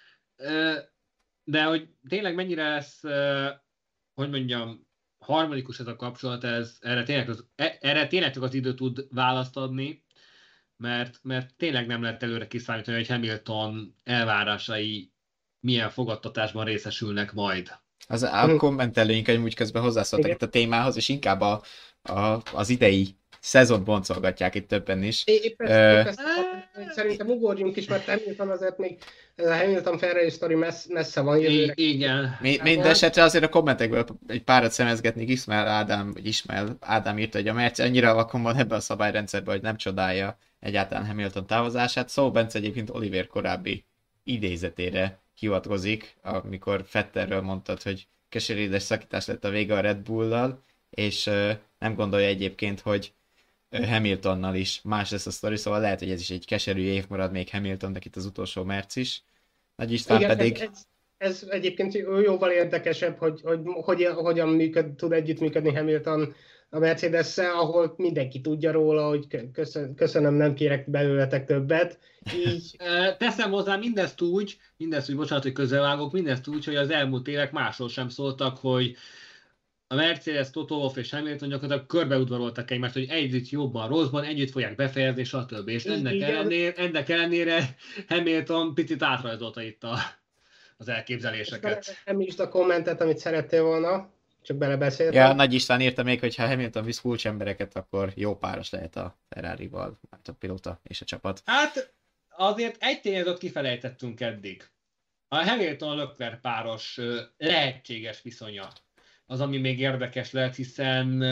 Ö, De hogy tényleg mennyire lesz, ö, hogy mondjam, harmonikus ez a kapcsolat, ez, erre, tényleg az, e- erre tényleg csak az idő tud választ adni, mert, mert tényleg nem lehet előre kiszámítani, hogy Hamilton elvárásai milyen fogadtatásban részesülnek majd. Az, a kommentelőink úgy közben hozzászóltak Igen. itt a témához, és inkább a, a, az idei szezont boncolgatják itt többen is. É, épp ezt, Ö... épp ezt hogy szerintem ugorjunk is, mert Hamilton azért még ez a Hamilton Ferrari sztori messz, messze van jövőre. I- igen. Mi, Mindenesetre azért a kommentekből egy párat szemezgetnék, Ismail Ádám, vagy Ismail Ádám írta, hogy a Merci annyira vakon van ebben a szabályrendszerben, hogy nem csodálja egyáltalán Hamilton távozását. Szó Bence egyébként Oliver korábbi idézetére hivatkozik, amikor Vettelről mondtad, hogy keserédes szakítás lett a vége a Red Bull-lal, és uh, nem gondolja egyébként, hogy uh, Hamiltonnal is más lesz a sztori, szóval lehet, hogy ez is egy keserű év marad még Hamiltonnak itt az utolsó Merc is. Nagy István Igen, pedig... Ez, ez, ez egyébként jóval érdekesebb, hogy, hogy, hogy hogyan működ, tud együttműködni Hamilton a Mercedes-szel, ahol mindenki tudja róla, hogy köszön, köszönöm, nem kérek belőletek többet. Így... Teszem hozzá mindezt úgy, mindezt úgy, bocsánat, hogy közelvágok, mindezt úgy, hogy az elmúlt évek másról sem szóltak, hogy a Mercedes, Toto Wolff és Hamilton gyakorlatilag körbeudvaroltak egymást, hogy együtt jobban, rosszban, együtt fogják befejezni, stb. És ennek ellenére, ennek ellenére Hamilton picit átrajzolta itt a, az elképzeléseket. Nem is a kommentet, amit szerettél volna, csak belebeszéltem. Ja, Nagy István írta még, hogy ha Hamilton visz kulcs embereket, akkor jó páros lehet a Ferrari-val, hát a pilóta és a csapat. Hát azért egy tényezőt kifelejtettünk eddig. A Hamilton-Leclerc páros lehetséges viszonya az, ami még érdekes lehet, hiszen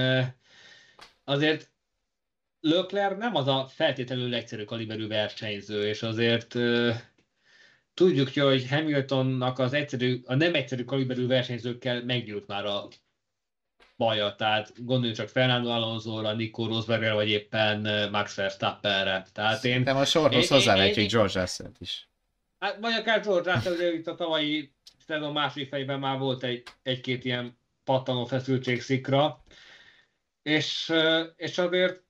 azért Leclerc nem az a feltétlenül egyszerű kaliberű versenyző, és azért tudjuk, hogy Hamiltonnak az egyszerű, a nem egyszerű kaliberű versenyzőkkel meggyűlt már a baja, tehát gondoljunk csak Fernando Alonso-ra, Nico Rosbergre, vagy éppen Max Verstappenre. Tehát én... De a sorhoz hozzávetjük George Russell-t is. Hát, vagy akár George Russell, itt a tavalyi szezon másik fejében már volt egy, egy-két ilyen pattanó feszültségszikra, és, és azért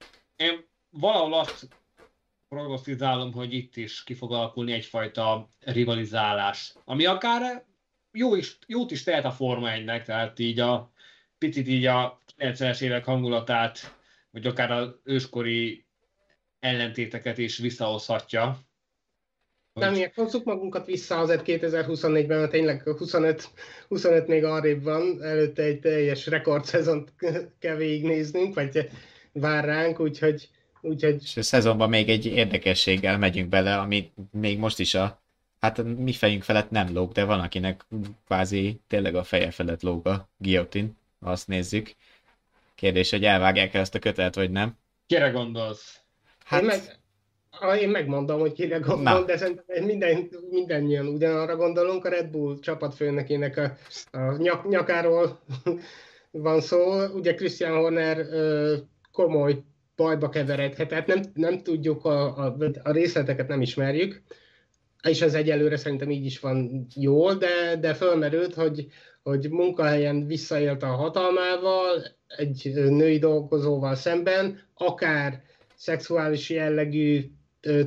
én valahol azt prognosztizálom, hogy itt is ki fog alakulni egyfajta rivalizálás, ami akár jó is, jót is tehet a Forma egynek, tehát így a picit így a kilencvenes évek hangulatát, vagy akár az őskori ellentéteket is visszahozhatja. Hogy... Nem, ilyen hozzuk magunkat vissza azért kétezer-huszonnégyben, mert tényleg huszonöt, huszonöt még arrébb van, előtte egy teljes rekordszezont kell végignéznünk, vagy vár ránk, úgyhogy... úgyhogy... És a szezonban még egy érdekességgel megyünk bele, ami még most is a... Hát mi fejünk felett nem lóg, de van, akinek kvázi tényleg a feje felett lóg a guillotine, ha azt nézzük. Kérdés, hogy elvágják-e ezt a kötelet, vagy nem? Kire gondolsz? Hát... Én, meg, én megmondom, hogy kire gondolom, Na. de szerintem minden, mindannyian ugyanarra gondolunk. A Red Bull csapatfőnökének a, a nyak, nyakáról van szó. Ugye Christian Horner ö, komoly bajba keveredhet, tehát nem, nem tudjuk, a, a, a részleteket nem ismerjük, és ez egyelőre szerintem így is van jól, de, de fölmerült, hogy, hogy munkahelyen visszaélt a hatalmával, egy női dolgozóval szemben, akár szexuális jellegű ö,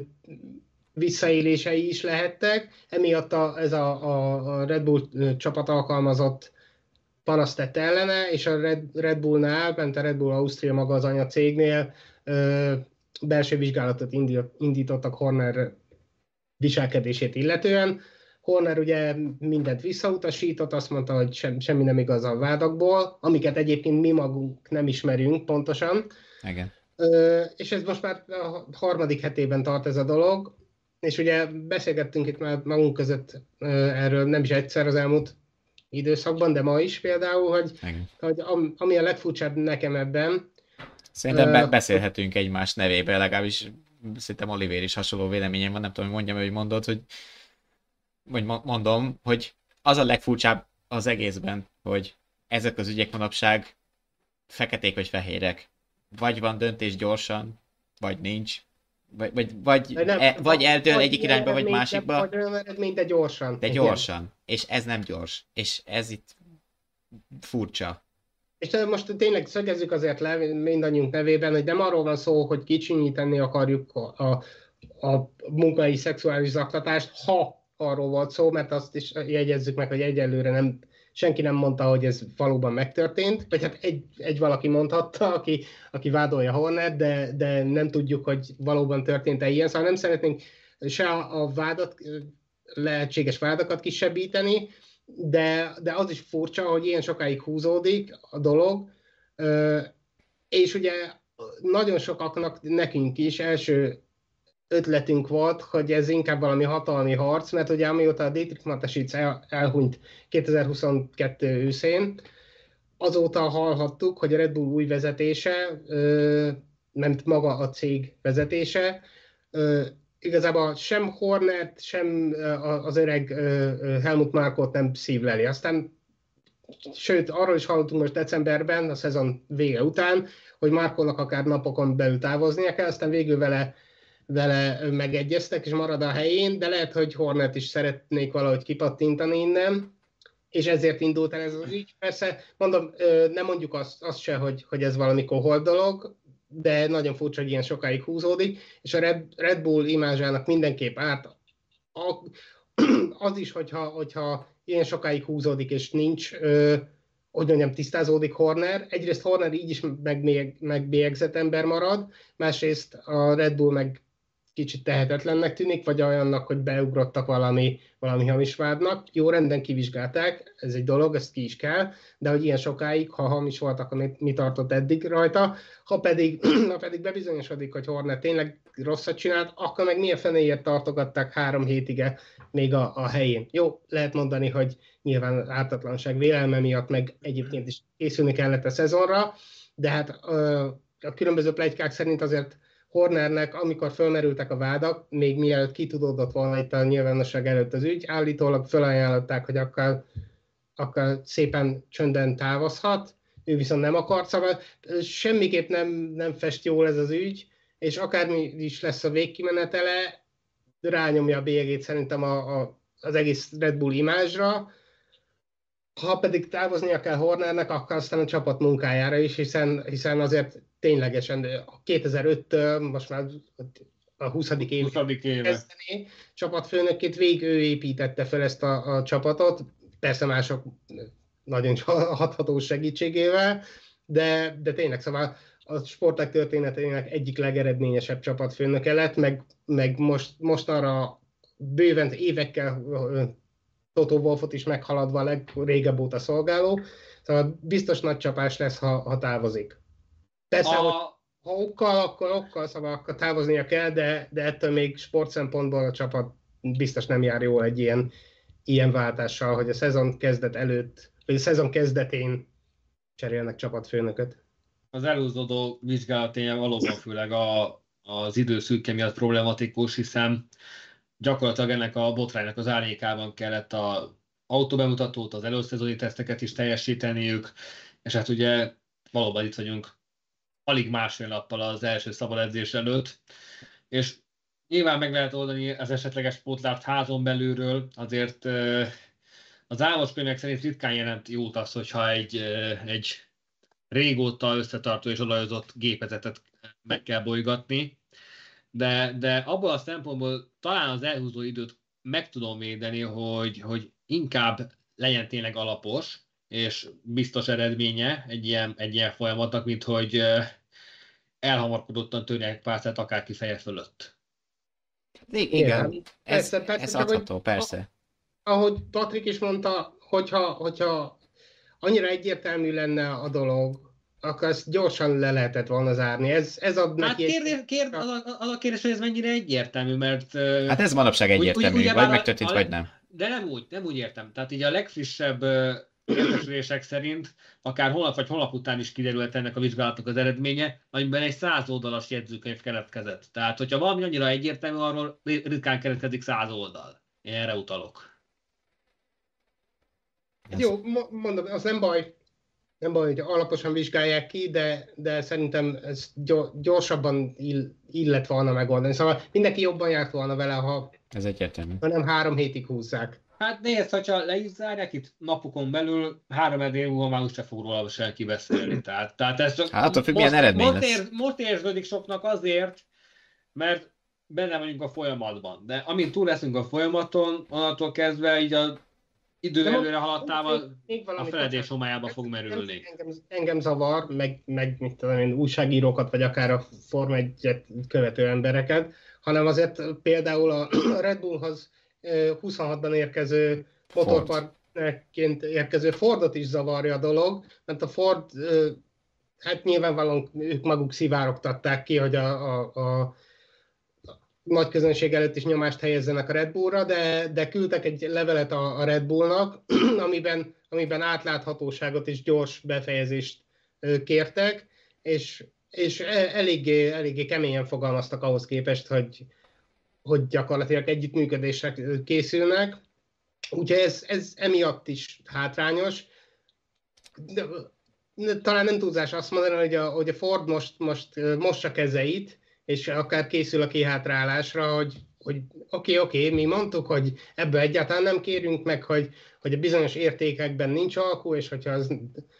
visszaélései is lehettek, emiatt a, ez a, a, a Red Bull csapat alkalmazott panaszt tett ellene, és a Red, Red Bullnál, bent a Red Bull Ausztria maga az anyacégnél ö, belső vizsgálatot indítottak Horner viselkedését illetően. Horner ugye mindent visszautasított, azt mondta, hogy sem, semmi nem igaz a vádakból, amiket egyébként mi magunk nem ismerünk pontosan. Igen. Ö, és ez most már a harmadik hetében tart ez a dolog, és ugye beszélgettünk itt már magunk között ö, erről nem is egyszer az elmúlt időszakban, de ma is például, hogy, hogy ami a legfurcsább nekem ebben. Szerintem be- beszélhetünk egymás nevébe, legalábbis szerintem Oliver is hasonló véleményem van, nem tudom, hogy mondjam, hogy mondod, hogy vagy mondom, hogy az a legfurcsább az egészben, hogy ezek az ügyek manapság feketék vagy fehérek. Vagy van döntés gyorsan, vagy nincs. Vagy, vagy, vagy, nem, e, vagy eldől vagy egyik irányba, vagy másikba. Vagy olyan eredmény, de gyorsan. De gyorsan. Igen. És ez nem gyors. És ez itt furcsa. És most tényleg szögezzük azért le mindannyiunk nevében, hogy nem arról van szó, hogy kicsinyíteni akarjuk a, a, a munkai szexuális zaklatást, ha arról volt szó, mert azt is jegyezzük meg, hogy egyelőre nem, senki nem mondta, hogy ez valóban megtörtént, vagy hát egy, egy valaki mondhatta, aki, aki vádolja Hornet, de, de nem tudjuk, hogy valóban történt-e ilyen, szóval nem szeretnénk se a, a vádat, lehetséges vádakat kisebbíteni, de, de az is furcsa, hogy ilyen sokáig húzódik a dolog, és ugye nagyon sokaknak, nekünk is első ötletünk volt, hogy ez inkább valami hatalmi harc, mert ugye amióta a Dietrich Mateschitz el, elhunyt kétezer-huszonkettő őszén, azóta hallhattuk, hogy a Red Bull új vezetése, ment maga a cég vezetése, igazából sem Hornert, sem az öreg Helmut Markót nem szívleli. Aztán, sőt, arról is hallottunk most decemberben, a szezon vége után, hogy Markónak akár napokon belül távoznia kell, aztán végül vele, vele megegyeztek, és marad a helyén, de lehet, hogy Hornert is szeretnék valahogy kipattintani innen, és ezért indult el ez az ügy. Persze, mondom, nem mondjuk azt, azt se, hogy, hogy ez valami koholt dolog, de nagyon furcsa, hogy ilyen sokáig húzódik, és a Red, Red Bull imázsának mindenképp árt. A, az is, hogyha, hogyha ilyen sokáig húzódik, és nincs, ö, hogy mondjam, tisztázódik Horner. Egyrészt Horner így is megbélyegzett ember marad, másrészt a Red Bull meg kicsit tehetetlennek tűnik, vagy olyannak, hogy beugrottak valami, valami hamis vádnak. Jó, rendben kivizsgálták, ez egy dolog, ezt ki is kell, de hogy ilyen sokáig, ha hamis voltak, amit mi tartott eddig rajta, ha pedig, ha pedig bebizonyosodik, hogy Horner tényleg rosszat csinált, akkor meg milyen fenéért tartogatták három hétig még a, a helyén. Jó, lehet mondani, hogy nyilván ártatlanság vélelme miatt, meg egyébként is készülni kellett a szezonra, de hát a különböző pletykák szerint azért Hornernek, amikor fölmerültek a vádak, még mielőtt kitudódott volna itt a nyilvánosság előtt az ügy, állítólag felajánlották, hogy akkor, akkor szépen csönden távozhat, ő viszont nem akart, szóval semmiképp nem, nem fest jól ez az ügy, és akármi is lesz a végkimenetele, rányomja a bélyegét szerintem a, a, az egész Red Bull imázsra. Ha pedig távoznia kell Hornernek, akkor aztán a csapat munkájára is, hiszen, hiszen azért ténylegesen kétezer-öttől most már a huszadik év éve kezdeni csapatfőnökként végig ő építette fel ezt a, a csapatot, persze mások nagyon hatható segítségével, de, de tényleg szóval a sportág történetének egyik legeredményesebb csapatfőnöke lett, meg, meg most, most arra bőven évekkel Toto Wolffot is meghaladva a legrégebb óta szolgáló, szóval biztos nagy csapás lesz, ha, ha távozik. Persze, a... hogy ha okkal, akkor okkal, szóval akkor távoznia kell, de, de ettől még sportszempontból a csapat biztos nem jár jól egy ilyen, ilyen váltással, hogy a szezon kezdet előtt, vagy a szezon kezdetén cserélnek csapatfőnököt. Az előződő vizsgálatény valóban főleg a, az időszűke miatt problematikus, hiszen gyakorlatilag ennek a botránynak az árnyékában kellett az autóbemutatót, az előszezoni teszteket is teljesíteniük, és hát ugye valóban itt vagyunk alig másfél nappal az első szabad edzés előtt, és nyilván meg lehet oldani az esetleges pótlást házon belülről, azért az álmos könyvek szerint ritkán jelent jót az, hogyha egy, egy régóta összetartó és olajozott gépezetet meg kell bolygatni, de, de abból a szempontból talán az elhúzó időt meg tudom védeni, hogy, hogy inkább legyen tényleg alapos, és biztos eredménye egy ilyen, egy ilyen folyamatnak, mint hogy elhamarkodottan törják párcát akárki feje fölött. Igen, Igen. Ez, persze, persze, ez adható, hogy, persze. Ahogy Patrik is mondta, hogyha, hogyha annyira egyértelmű lenne a dolog, akkor ezt gyorsan le lehetett volna zárni. Ez, ez ad neki... Hát kérdés, kérd, az, a, az a kérdés, hogy ez mennyire egyértelmű, mert... Hát ez manapság egyértelmű, úgy, úgy, vagy megtörtént, vagy nem. De nem úgy, nem úgy értem. Tehát így a legfrissebb értesülések szerint akár holnap vagy holnap után is kiderült ennek a vizsgálatnak az eredménye, amiben egy száz oldalas jegyzőkönyv keletkezett. Tehát, hogyha valami annyira egyértelmű, arról ritkán keletkezik száz oldal. Én erre utalok. Ez... Jó, mondom, az nem baj. Nem baj, hogy alaposan vizsgálják ki, de, de szerintem ez gyorsabban ill, illet volna megoldani. Szóval mindenki jobban járt volna vele, ha, ez egyértelmű. Ha nem három hétig húzzák. Hát nézd, hogyha le is zárják itt napokon belül, három edény múlva már úgyse fog róla senki beszélni. Tehát, tehát ez csak hát, attól milyen eredmény most, lesz. Ér, most érződik soknak azért, mert benne vagyunk a folyamatban. De amint túl leszünk a folyamaton, onnantól kezdve így a idő előre haladtával a feledés homályába fog merülni. Engem, engem zavar, meg, meg mit tudom én, újságírókat, vagy akár a Forma egyet követő embereket, hanem azért például a Red Bullhoz huszonhatban érkező motorparkként érkező Fordot is zavarja a dolog, mert a Ford hát nyilvánvalóan ők maguk szivárogtatták ki, hogy a, a, a nagy közönség előtt is nyomást helyezzenek a Red Bullra, de, de küldtek egy levelet a, a Red Bullnak, amiben, amiben átláthatóságot és gyors befejezést kértek, és, és eléggé, eléggé keményen fogalmaztak ahhoz képest, hogy, hogy gyakorlatilag együttműködésre készülnek. Úgyhogy ez, ez emiatt is hátrányos. De, talán nem túlzás azt mondani, hogy a, hogy a Ford most, most mossa kezeit, és akár készül a kihátrálásra, hogy hogy oké, okay, oké, okay, mi mondtuk, hogy ebből egyáltalán nem kérünk meg, hogy, hogy a bizonyos értékekben nincs alkú, és hogyha az,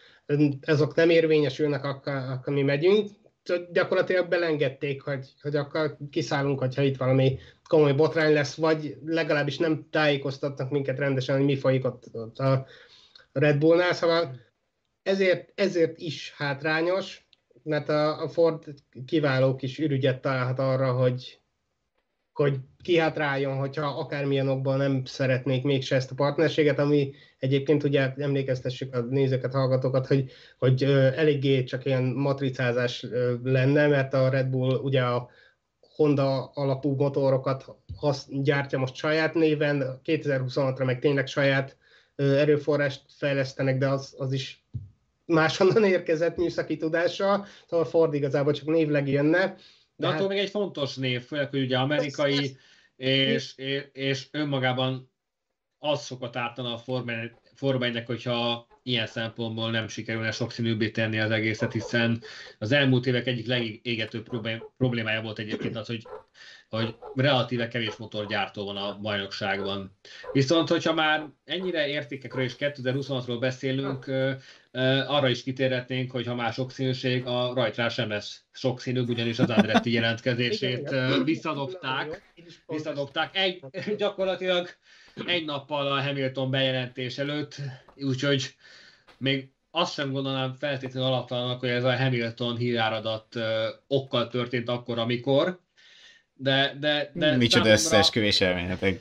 azok nem érvényesülnek, akkor, akkor mi megyünk. Gyakorlatilag belengedték, hogy, hogy akkor kiszállunk, hogyha itt valami komoly botrány lesz, vagy legalábbis nem tájékoztatnak minket rendesen, hogy mi folyik ott, ott a Red Bullnál. Szóval ezért, ezért is hátrányos, mert a, a Ford kiváló kis ürügyet találhat arra, hogy, hogy kihátráljon, hogyha akármilyen okból nem szeretnék mégse ezt a partnerséget, ami egyébként ugye emlékeztessük a nézőket, hallgatókat, hogy, hogy eléggé csak ilyen matricázás lenne, mert a Red Bull ugye a Honda alapú motorokat hasz, gyártja most saját néven, kétezer-huszonhatra meg tényleg saját erőforrást fejlesztenek, de az, az is máshonnan érkezett műszaki tudással, szóval Ford igazából csak névleg jönne. De, de attól hát... még egy fontos név, főleg, hogy ugye amerikai, és, és, és önmagában az sokat ártana a Forma egynek, hogyha ilyen szempontból nem sikerülne sokszínűbbé tenni az egészet, hiszen az elmúlt évek egyik legégetőbb problémája volt egyébként az, hogy, hogy relatíve kevés motorgyártó van a bajnokságban. Viszont, hogyha már ennyire értékekről és kétezer-huszonhatról beszélünk, arra is kitérhetnénk, hogy ha már sokszínűség, a rajtrá sem lesz sokszínűbb, ugyanis az Andretti jelentkezését visszadobták. Visszadobták. Egy, gyakorlatilag egy nappal a Hamilton bejelentés előtt, úgyhogy még azt sem gondolnám feltétlenül alaptalannak, hogy ez a Hamilton híráradat okkal történt akkor, amikor. De, de, de micsoda számomra... összeesküvés elméletek.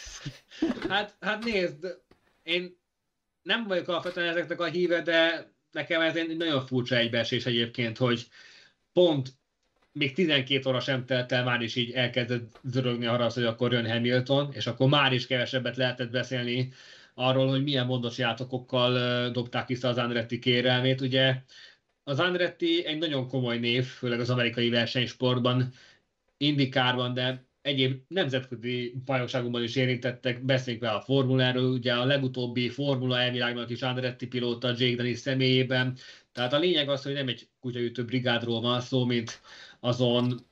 Hát, hát nézd, én nem vagyok alapvetően ezeknek a híve, de nekem ez egy nagyon furcsa egybeesés egyébként, hogy pont még tizenkét óra sem telt el, már is így elkezdett zörögni arra az, hogy akkor jön Hamilton, és akkor már is kevesebbet lehetett beszélni arról, hogy milyen módosításokkal dobták vissza az Andretti kérelmét. Ugye az Andretti egy nagyon komoly név, főleg az amerikai versenysportban, IndyCarban, de egyéb nemzetközi bajnokságokban is érintettek. Beszéljünk vele a formuláról, ugye a legutóbbi formula elvilágnak is Andretti pilóta Jake Dennis személyében. Tehát a lényeg az, hogy nem egy kutyaütő brigádról van szó, mint azon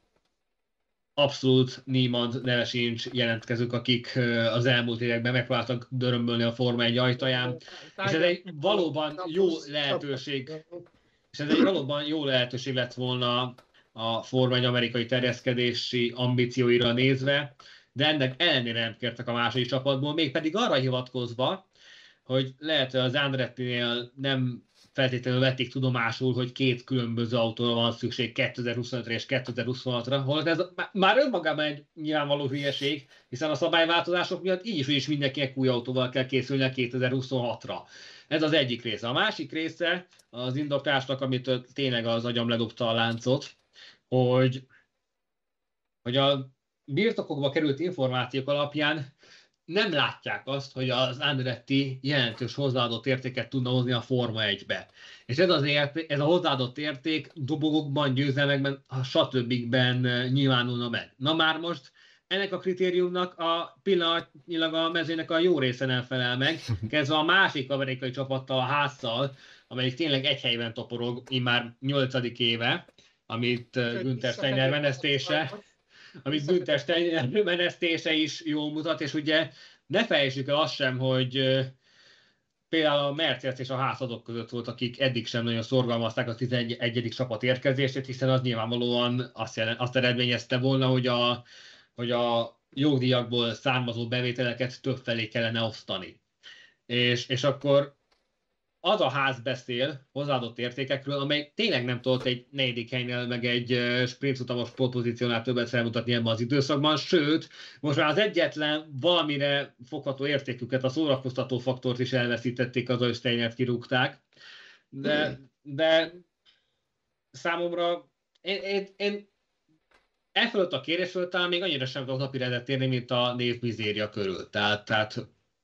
abszolút niemand neve sincs jelentkezők, akik az elmúlt években megpróbáltak dörömbölni a Forma egy ajtaján. És ez egy valóban jó lehetőség, és ez egy valóban jó lehetőség lett volna a Forma egy amerikai terjeszkedési ambícióira nézve, de ennek ellenére nem kértek a második csapatból, mégpedig arra hivatkozva, hogy lehet, hogy az Andrettinél nem feltétlenül vették tudomásul, hogy két különböző autóra van szükség kétezer-huszonötre és kétezer-huszonhatra, holott ez már önmagában egy nyilvánvaló hülyeség, hiszen a szabályváltozások miatt így is, is mindenkinek új autóval kell készülnie kétezer-huszonhatra. Ez az egyik része. A másik része az indoklásnak, amit tényleg az agyam ledobta a láncot, hogy, hogy a birtokokba került információk alapján nem látják azt, hogy az Andretti jelentős hozzáadott értéket tudna hozni a Forma egybe. És ez, az érté- ez a hozzáadott érték dobogokban, győzelmekben, stb. Nyilvánulna meg. Na már most ennek a kritériumnak a pillanatnyilag a mezőnek a jó része nem felel meg, kezdve a másik amerikai csapattal, a Haas-szal, amelyik tényleg egy helyben toporog, immár nyolcadik éve, amit Günther Steiner menesztése, amit Günther Steiner menesztése is jól mutat, és ugye ne felejtsük el azt sem, hogy például a Mercedes és a Haas azok között volt, akik eddig sem nagyon szorgalmazták a tizenegyedik csapat érkezését, hiszen az nyilvánvalóan azt, jelent, azt eredményezte volna, hogy a, hogy a jogdíjakból származó bevételeket többfelé kellene osztani. És, és akkor az a Ház beszél hozzáadott értékekről, amely tényleg nem tudott egy negyedik helynél, meg egy sprintfutamos polpozíciónál többet felmutatni ebben az időszakban, sőt, most már az egyetlen valamire fogható értéküket, a szórakoztató faktort is elveszítették, az, hogy Steinert kirúgták, de, de számomra én, én, én e fölött a kérés fölött talán még annyira sem tudok napirendet térni, mint a névmizéria körül. Tehát, tehát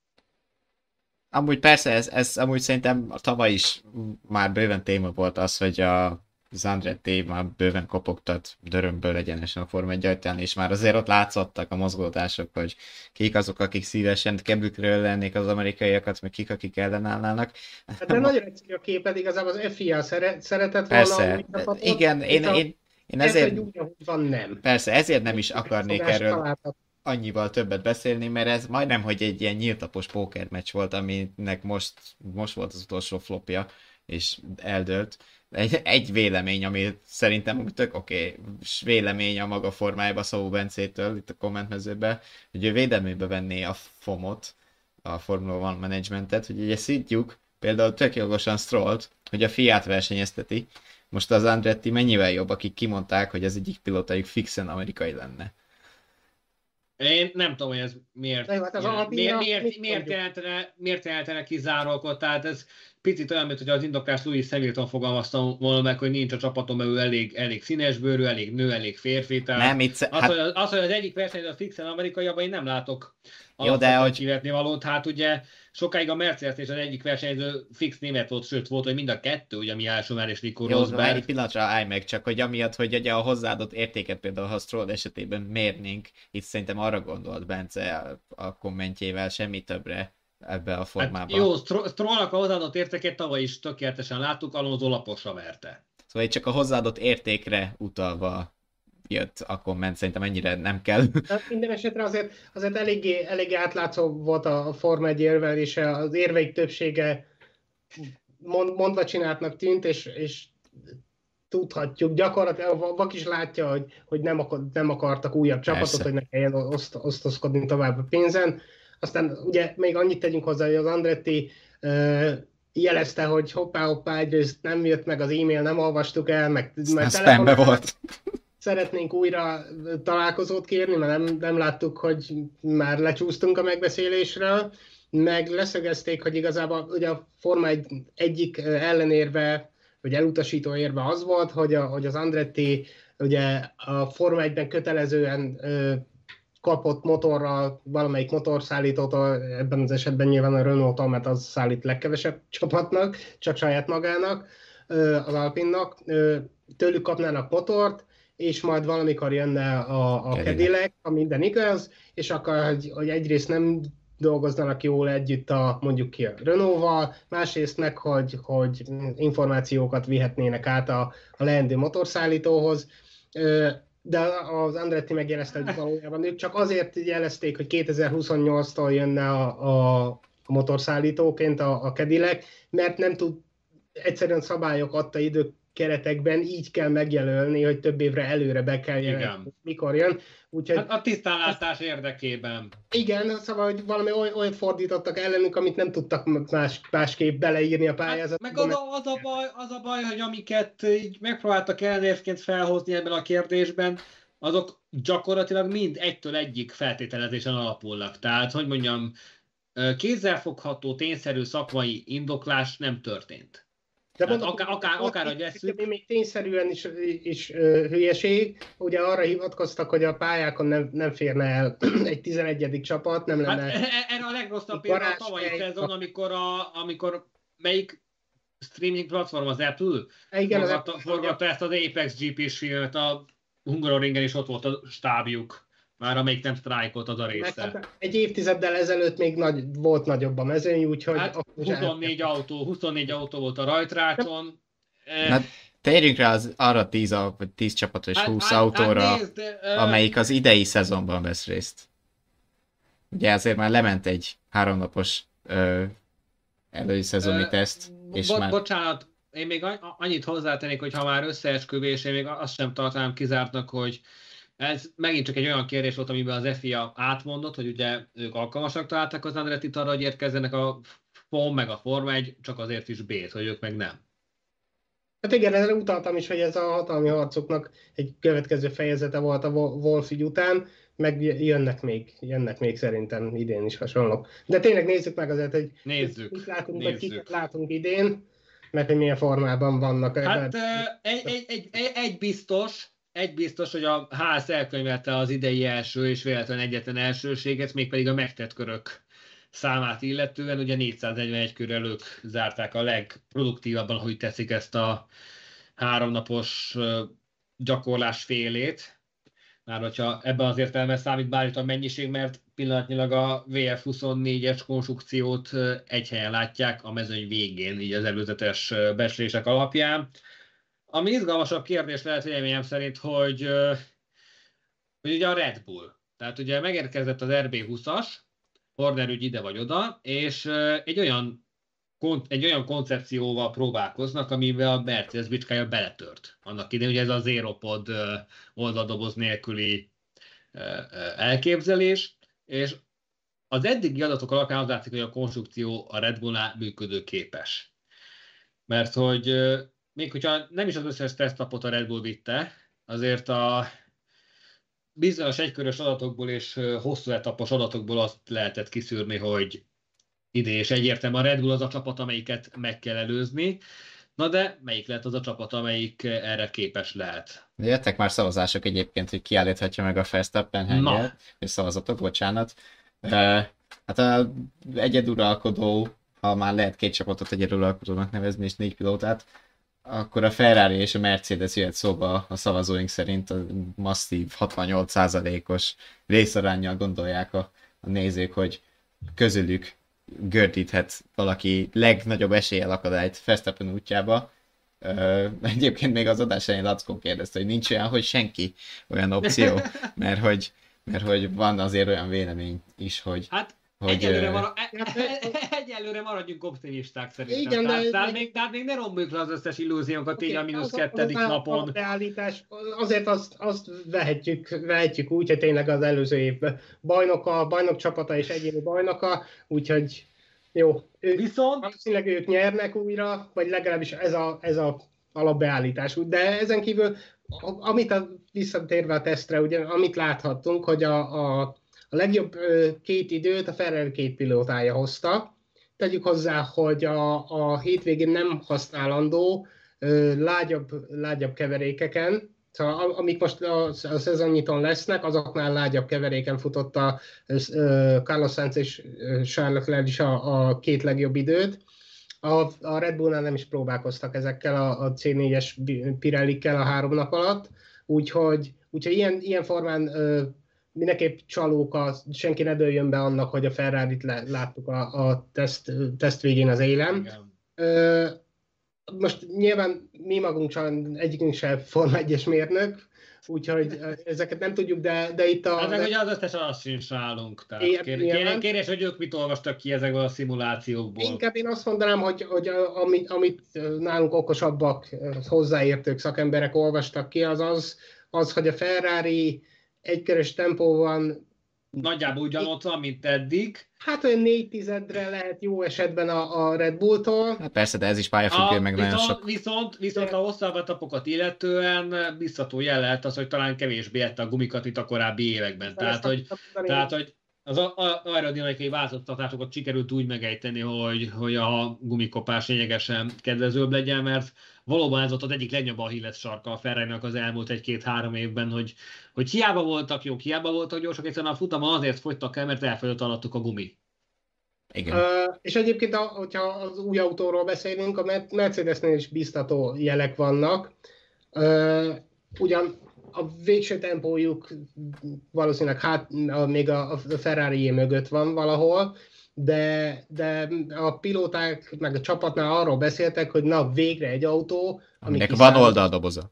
Amúgy persze, ez, ez amúgy szerintem tavaly is már bőven téma volt az, hogy a az Andretti már bőven kopogtat dörömből egyenesen a Forma egy ajtán, és már azért ott látszottak a mozgódások, hogy kik azok, akik szívesen kebükről lennék az amerikaiakat, meg kik, akik ellenállnának. Hát de nagyon egyszerű a képed, igazából az ef i á szere, szeretett Persze, volna. Csapatot, igen, én, én, én ezért... Ez úgy, ahogy van, nem. Persze, ezért nem is akarnék erről Találtak. annyival többet beszélni, mert ez majdnem, hogy egy ilyen nyíltapos pókermeccs volt, aminek most, most volt az utolsó flopja, és eldőlt. Egy, egy vélemény, ami szerintem tök oké, okay, vélemény a maga formájába Szabó Bencétől itt a kommentmezőben, hogy ő védelmébe venné a fomot, a Formula egy managementet, hogy ugye szítjuk például tök jogosan Strollt, hogy a Fiat versenyezteti. Most az Andretti mennyivel jobb, akik kimondták, hogy az egyik pilótájuk fixen amerikai lenne. Én nem tudom, hogy ez miért, De, hát az miért, Alpina, miért, mit miért, mondjuk? jelentene, miért jelentene kizárókot, tehát ez picit olyan, mint hogy az indoklás Louis Hamilton fogalmaztam volna meg, hogy nincs a csapatom, mert ő elég, elég színesbőrű, elég nő, elég férfi, tehát Nem, itt, az, hát, hogy az, az, hogy az egyik versenyző a fixen amerikai, abban én nem látok Jó, de hogy- kivetni valót, hát ugye sokáig a Mercedes és az egyik versenyző fix német volt, sőt volt, hogy mind a kettő, ugye Mihály Schumacher és Nico jó, Rosberg. egy pillanatra állj meg, csak hogy amiatt, hogy ugye a hozzáadott értéket például, ha Stroll esetében mérnénk, itt szerintem arra gondolt Bence a, a kommentjével, semmi többre ebbe a formában. Hát jó, Stro- Strollnak a hozzáadott értékét tavaly is tökéletesen láttuk, Alonso laposra verte. Szóval itt csak a hozzáadott értékre utalva jött a komment, szerintem ennyire nem kell. De minden esetre azért, azért eléggé, eléggé átlátszó volt a Forma egy érvelése, az érveik többsége mond, mondva csináltnak tűnt, és, és tudhatjuk, gyakorlatilag Vak is látja, hogy, hogy nem, akar, nem akartak újabb csapatot, Persze. hogy ne kelljen oszt, osztozkodni tovább a pénzen. Aztán ugye még annyit tegyünk hozzá, hogy az Andretti uh, jelezte, hogy hoppá, hoppá, egyrészt nem jött meg az e-mail, nem olvastuk el, meg Már spambe volt. szeretnénk újra találkozót kérni, mert nem, nem láttuk, hogy már lecsúsztunk a megbeszélésről, meg leszögezték, hogy igazából ugye a Forma egy egyik ellenérve, vagy elutasító érve az volt, hogy, a, hogy az Andretti ugye a Forma egyben kötelezően ö, kapott motorral, valamelyik motorszállítótól, ebben az esetben nyilván a Renault-tól, mert az szállít legkevesebb csapatnak, csak saját magának, ö, az Alpinnak, ö, tőlük kapnának motort, és majd valamikor jönne a, a Cadillac. Cadillac, ha minden igaz, és akkor, hogy, hogy egyrészt nem dolgoznak jól együtt a, mondjuk ki a Renault-val, másrészt meg, hogy, hogy információkat vihetnének át a, a leendő motorszállítóhoz. De az Andretti megjelezte, hogy valójában ők csak azért jelezték, hogy kétezer-huszonnyolctól jönne a, a motorszállítóként a, a Cadillac, mert nem tud, egyszerűen szabályok adta idők keretekben így kell megjelölni, hogy több évre előre be kell jelölni, mikor jön. Úgyhogy, Hát a tisztánlátás érdekében. Igen, szóval, hogy valami oly, olyan fordítottak ellenük, amit nem tudtak más, másképp beleírni a pályázatba. Hát, meg az a, az, a baj, az a baj, hogy amiket így megpróbáltak ellenérvként felhozni ebben a kérdésben, azok gyakorlatilag mind egytől egyik feltételezésen alapulnak. Tehát, hogy mondjam, kézzelfogható, tényszerű szakmai indoklás nem történt. De mondom, akár, akár, akár, hogy vesszük. Még tényszerűen is, is uh, hülyeség. Ugye arra hivatkoztak, hogy a pályákon nem, nem férne el egy tizenegyedik csapat, nem lenne... Hát, erre a legrosszabb példa a tavalyi szezon, amikor, a, amikor melyik streaming platform, az Apple, igen, forgatta, az forgatta ezt az Apex gé pés filmet, a Hungaroringen is ott volt a stábjuk. Már amelyik nem sztrájkolt az a része. Hát egy évtizeddel ezelőtt még nagy, volt nagyobb a mezőny, úgyhogy... Hát huszonnégy autó, huszonnégy autó volt a rajtrácson. Na, térjünk rá az, arra tíz, vagy tíz csapatos hát, húsz hát, autóra, hát nézd, uh, amelyik az idei szezonban vesz részt. Ugye azért már lement egy háromnapos uh, előszezoni uh, teszt. És bo- már... Bocsánat, én még annyit hozzátennék, hogy ha már összeesküvés, én még azt sem tartanám kizártnak, hogy ez megint csak egy olyan kérdés volt, amiben az ef i á átmondott, hogy ugye ők alkalmasak találták az Andrettit arra, hogy érkezzenek a F O M meg a Forma egy, csak azért is B-t, hogy ők meg nem. Hát igen, erre utaltam is, hogy ez a hatalmi harcoknak egy következő fejezete volt a Wolff ügy után, meg jönnek még, jönnek még szerintem idén is hasonlók. De tényleg nézzük meg azért, hogy nézzük, mit látunk, nézzük. vagy kiket látunk idén, meg hogy milyen formában vannak. Hát egy, egy, egy, egy, egy biztos, egy biztos, hogy a ház elkönyvelte az idei első és véletlen egyetlen elsőséget, mégpedig a megtett körök számát illetően, ugye négyszáznegyvenegy körrel ők zárták a legproduktívabban, hogy teszik ezt a háromnapos gyakorlás félét. Már hogyha ebben az értelemben számít bármit a mennyiség, mert pillanatnyilag a vé ef huszonnégyes konstrukciót egy helyen látják a mezőny végén, így az előzetes becslések alapján. Ami izgalmasabb kérdés lehet véleményem szerint, hogy, hogy ugye a Red Bull. Tehát ugye megérkezett az er bé húszas, Horner ügy ide vagy oda, és egy olyan egy olyan koncepcióval próbálkoznak, amivel a Mercedes bicskája beletört. Annak idején, ugye ez a zero pod oldaldoboz nélküli elképzelés, és az eddigi adatok alapján az látszik, hogy a konstrukció a Red Bullnál működőképes. Mert hogy még hogyha nem is az összes tesztnapot a Red Bull vitte, azért a bizonyos egykörös adatokból és hosszú etapos adatokból azt lehetett kiszűrni, hogy idén és egyértelműen a Red Bull az a csapat, amelyiket meg kell előzni. Na de melyik lehet az a csapat, amelyik erre képes lehet? Jöttek már szavazások egyébként, hogy kiállíthatja meg a Verstappen helyet, és szavazatok, bocsánat. Uh, hát az egyeduralkodó, ha már lehet két csapatot egyeduralkodónak nevezni, és négy pilótát, akkor a Ferrari és a Mercedes jöhet szóba a szavazóink szerint, a masszív hatvannyolc százalékos részaránnyal gondolják a, a nézők, hogy közülük gördíthet valaki legnagyobb eséllyel akadályt Verstappen útjába. Uh, egyébként még az adás elején Lackó kérdezte, hogy nincs olyan, hogy senki olyan opció, mert hogy, mert hogy van azért olyan vélemény is, hogy... Hát hogy egyelőre, uh, marad, egyelőre maradjunk optimisták szerintem. Igen, tehát, de, tehát, de, még, tehát még ne romboljuk le az összes illúziónkat így a mínusz az, kettedik az napon. A beállítás, azért azt, azt vehetjük, vehetjük úgy, hogy tényleg az előző évben bajnoka, bajnok csapata és egyéni bajnoka, úgyhogy jó. Ők, Viszont... Valószínűleg ők nyernek újra, vagy legalábbis ez a, ez a alapbeállítás. De ezen kívül, amit a, visszatérve a tesztre, ugye, amit láthattunk, hogy a, a, a legjobb két időt a Ferrari két pilótája hozta. Tegyük hozzá, hogy a, a hétvégén nem használandó lágyabb, lágyabb keverékeken, szóval amik most a, a szezonnyiton lesznek, azoknál lágyabb keveréken futott a Carlos Sainz és Charles Leclerc is a, a két legjobb időt. A, a Red Bullnál nem is próbálkoztak ezekkel a, a cé négyes Pirellikkel a három nap alatt, úgyhogy, úgyhogy ilyen, ilyen formán ö, mindenképp csalóka, senki ne dőljön be annak, hogy a Ferrarit láttuk a, a teszt, teszt végén az élen. Ö, most nyilván mi magunk sem, egyikünk sem Forma egyes mérnök, úgyhogy ezeket nem tudjuk, de, de itt a... Ezek ugye az összes alatt sincs nálunk. Tehát Ilyen, kér, kér, kérdés, hogy ők mit olvastak ki ezekből a szimulációkból. Inkább én azt mondanám, hogy, hogy amit, amit nálunk okosabbak, hozzáértők, szakemberek olvastak ki, az az, az hogy a Ferrari egykörös tempóban nagyjából ugyanott van, mint eddig. Hát olyan négy tizedre lehet jó esetben a, a Red Bulltól. Hát persze, de ez is pályafüggő, meg viszont, nagyon sok... Viszont, viszont a hosszabb etapokat illetően biztató jel lehet az, hogy talán kevésbé ette a gumikat, mint a korábbi években. Tehát, hogy, tehát, hogy az aerodinamikai változtatásokat sikerült úgy megejteni, hogy, hogy a gumikopás lényegesen kedvezőbb legyen, mert valóban ez volt az egyik legnagyobb Achilles sarka a Ferrarinak az elmúlt egy-két-három évben, hogy, hogy hiába voltak jók, hiába voltak gyorsak, egyszerűen a futamon azért fogytak el, mert elfogyott alattuk a gumi. Igen. Uh, és egyébként, a, hogyha az új autóról beszélünk, a Mercedesnél is biztató jelek vannak. Uh, ugyan a végső tempójuk valószínűleg hát, még a, a Ferrari mögött van valahol, de, de a pilóták meg a csapatnál arról beszéltek, hogy na végre egy autó, aminek van oldaldoboza.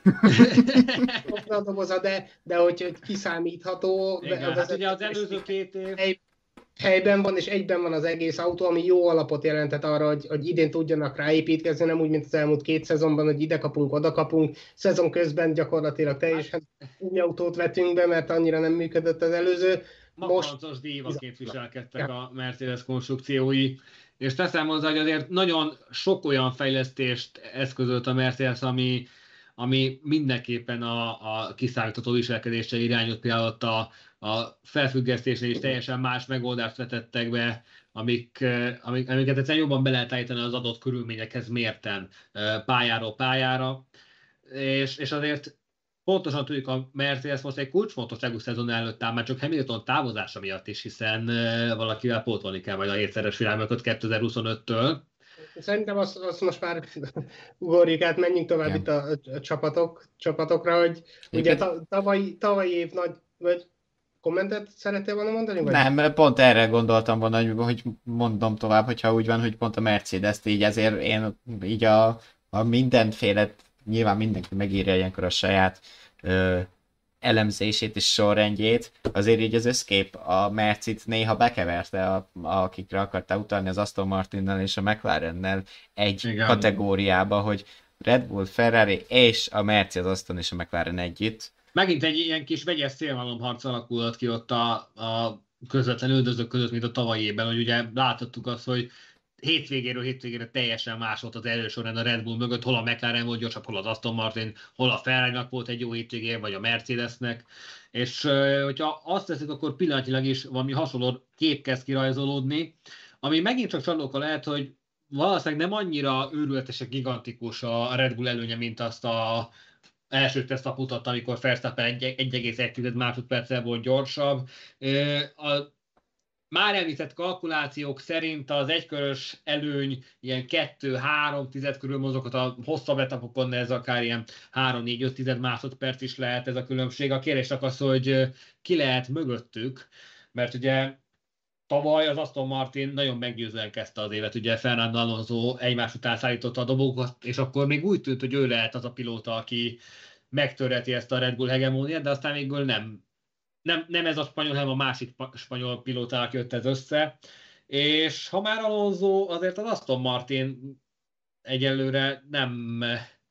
oldaldoboza, de, de hogy, hogy kiszámítható. Igen, hát ugye az előző két év... Hely, helyben van, és egyben van az egész autó, ami jó alapot jelentett arra, hogy, hogy idén tudjanak ráépítkezni, nem úgy, mint az elmúlt két szezonban, hogy ide kapunk, oda kapunk. Szezon közben gyakorlatilag teljesen új autót vettünk be, mert annyira nem működött az előző. Makarancos díjvaként viselkedtek a Mercedes konstrukciói, és teszem hozzá, hogy azért nagyon sok olyan fejlesztést eszközölt a Mercedes, ami, ami mindenképpen a, a kiszállítható viselkedésre irányult, például a, a felfüggesztésnél is teljesen más megoldást vetettek be, amik, amik, amiket egyszerűen jobban be lehet állítani az adott körülményekhez mérten pályáról pályára, és, és azért pontosan tudjuk, a Mercedes most egy kulcsfontosságú szezon előtt áll, már csak Hamilton távozása miatt is, hiszen valakivel pótolni kell majd a hétszeres világbajnokot kétezer-huszonöttől. Szerintem azt, azt most már ugorjuk át, menjünk tovább Igen. itt a, a csapatok, csapatokra, hogy ugye ta, tavalyi, tavalyi év nagy, vagy kommentet szerettél volna mondani? Vagy? Nem, pont erre gondoltam volna, hogy- hogy mondom tovább, hogyha úgy van, hogy pont a Mercedes-t így, ezért én így a, a mindenféle, nyilván mindenki megírja ilyenkor a saját ö, elemzését és sorrendjét, azért így az összkép a Mercit néha bekeverte, a, akikre akartál utalni, az Aston Martinnal és a McLarennel egy Igen. kategóriába, hogy Red Bull, Ferrari és a Merci, az Aston és a McLaren együtt. Megint egy ilyen kis vegyes szélmalomharc alakulhat ki ott a, a közvetlen üldözők között, mint a tavalyi évben, hogy ugye láthattuk azt, hogy hétvégéről hétvégére teljesen más volt az elősorrend a Red Bull mögött, hol a McLaren volt gyorsabb, hol az Aston Martin, hol a Ferrari-nak volt egy jó hétvégé, vagy a Mercedesnek, és hogyha azt teszik, akkor pillanatilag is valami hasonló kép kezd kirajzolódni, ami megint csak csalóka lehet, hogy valószínűleg nem annyira őrületesen gigantikus a Red Bull előnye, mint azt a első tesztnap mutatta, amikor Verstappen egy egész egy másodperccel volt gyorsabb. A már említett kalkulációk szerint az egykörös előny ilyen kettő-három tized körül mozoghat, a hosszabb etapokon ez akár ilyen három-négy-öt tized másodperc is lehet ez a különbség. A kérdés csak az, hogy ki lehet mögöttük, mert ugye tavaly az Aston Martin nagyon meggyőzően kezdte az évet, ugye Fernando Alonso egymás után szállította a dobokat, és akkor még úgy tűnt, hogy ő lehet az a pilóta, aki megtörheti ezt a Red Bull hegemóniát, de aztán végül nem. Nem, nem ez a spanyol, hanem a másik spanyol pilótának jött ez össze. És ha már Alonso, azért az Aston Martin egyelőre nem,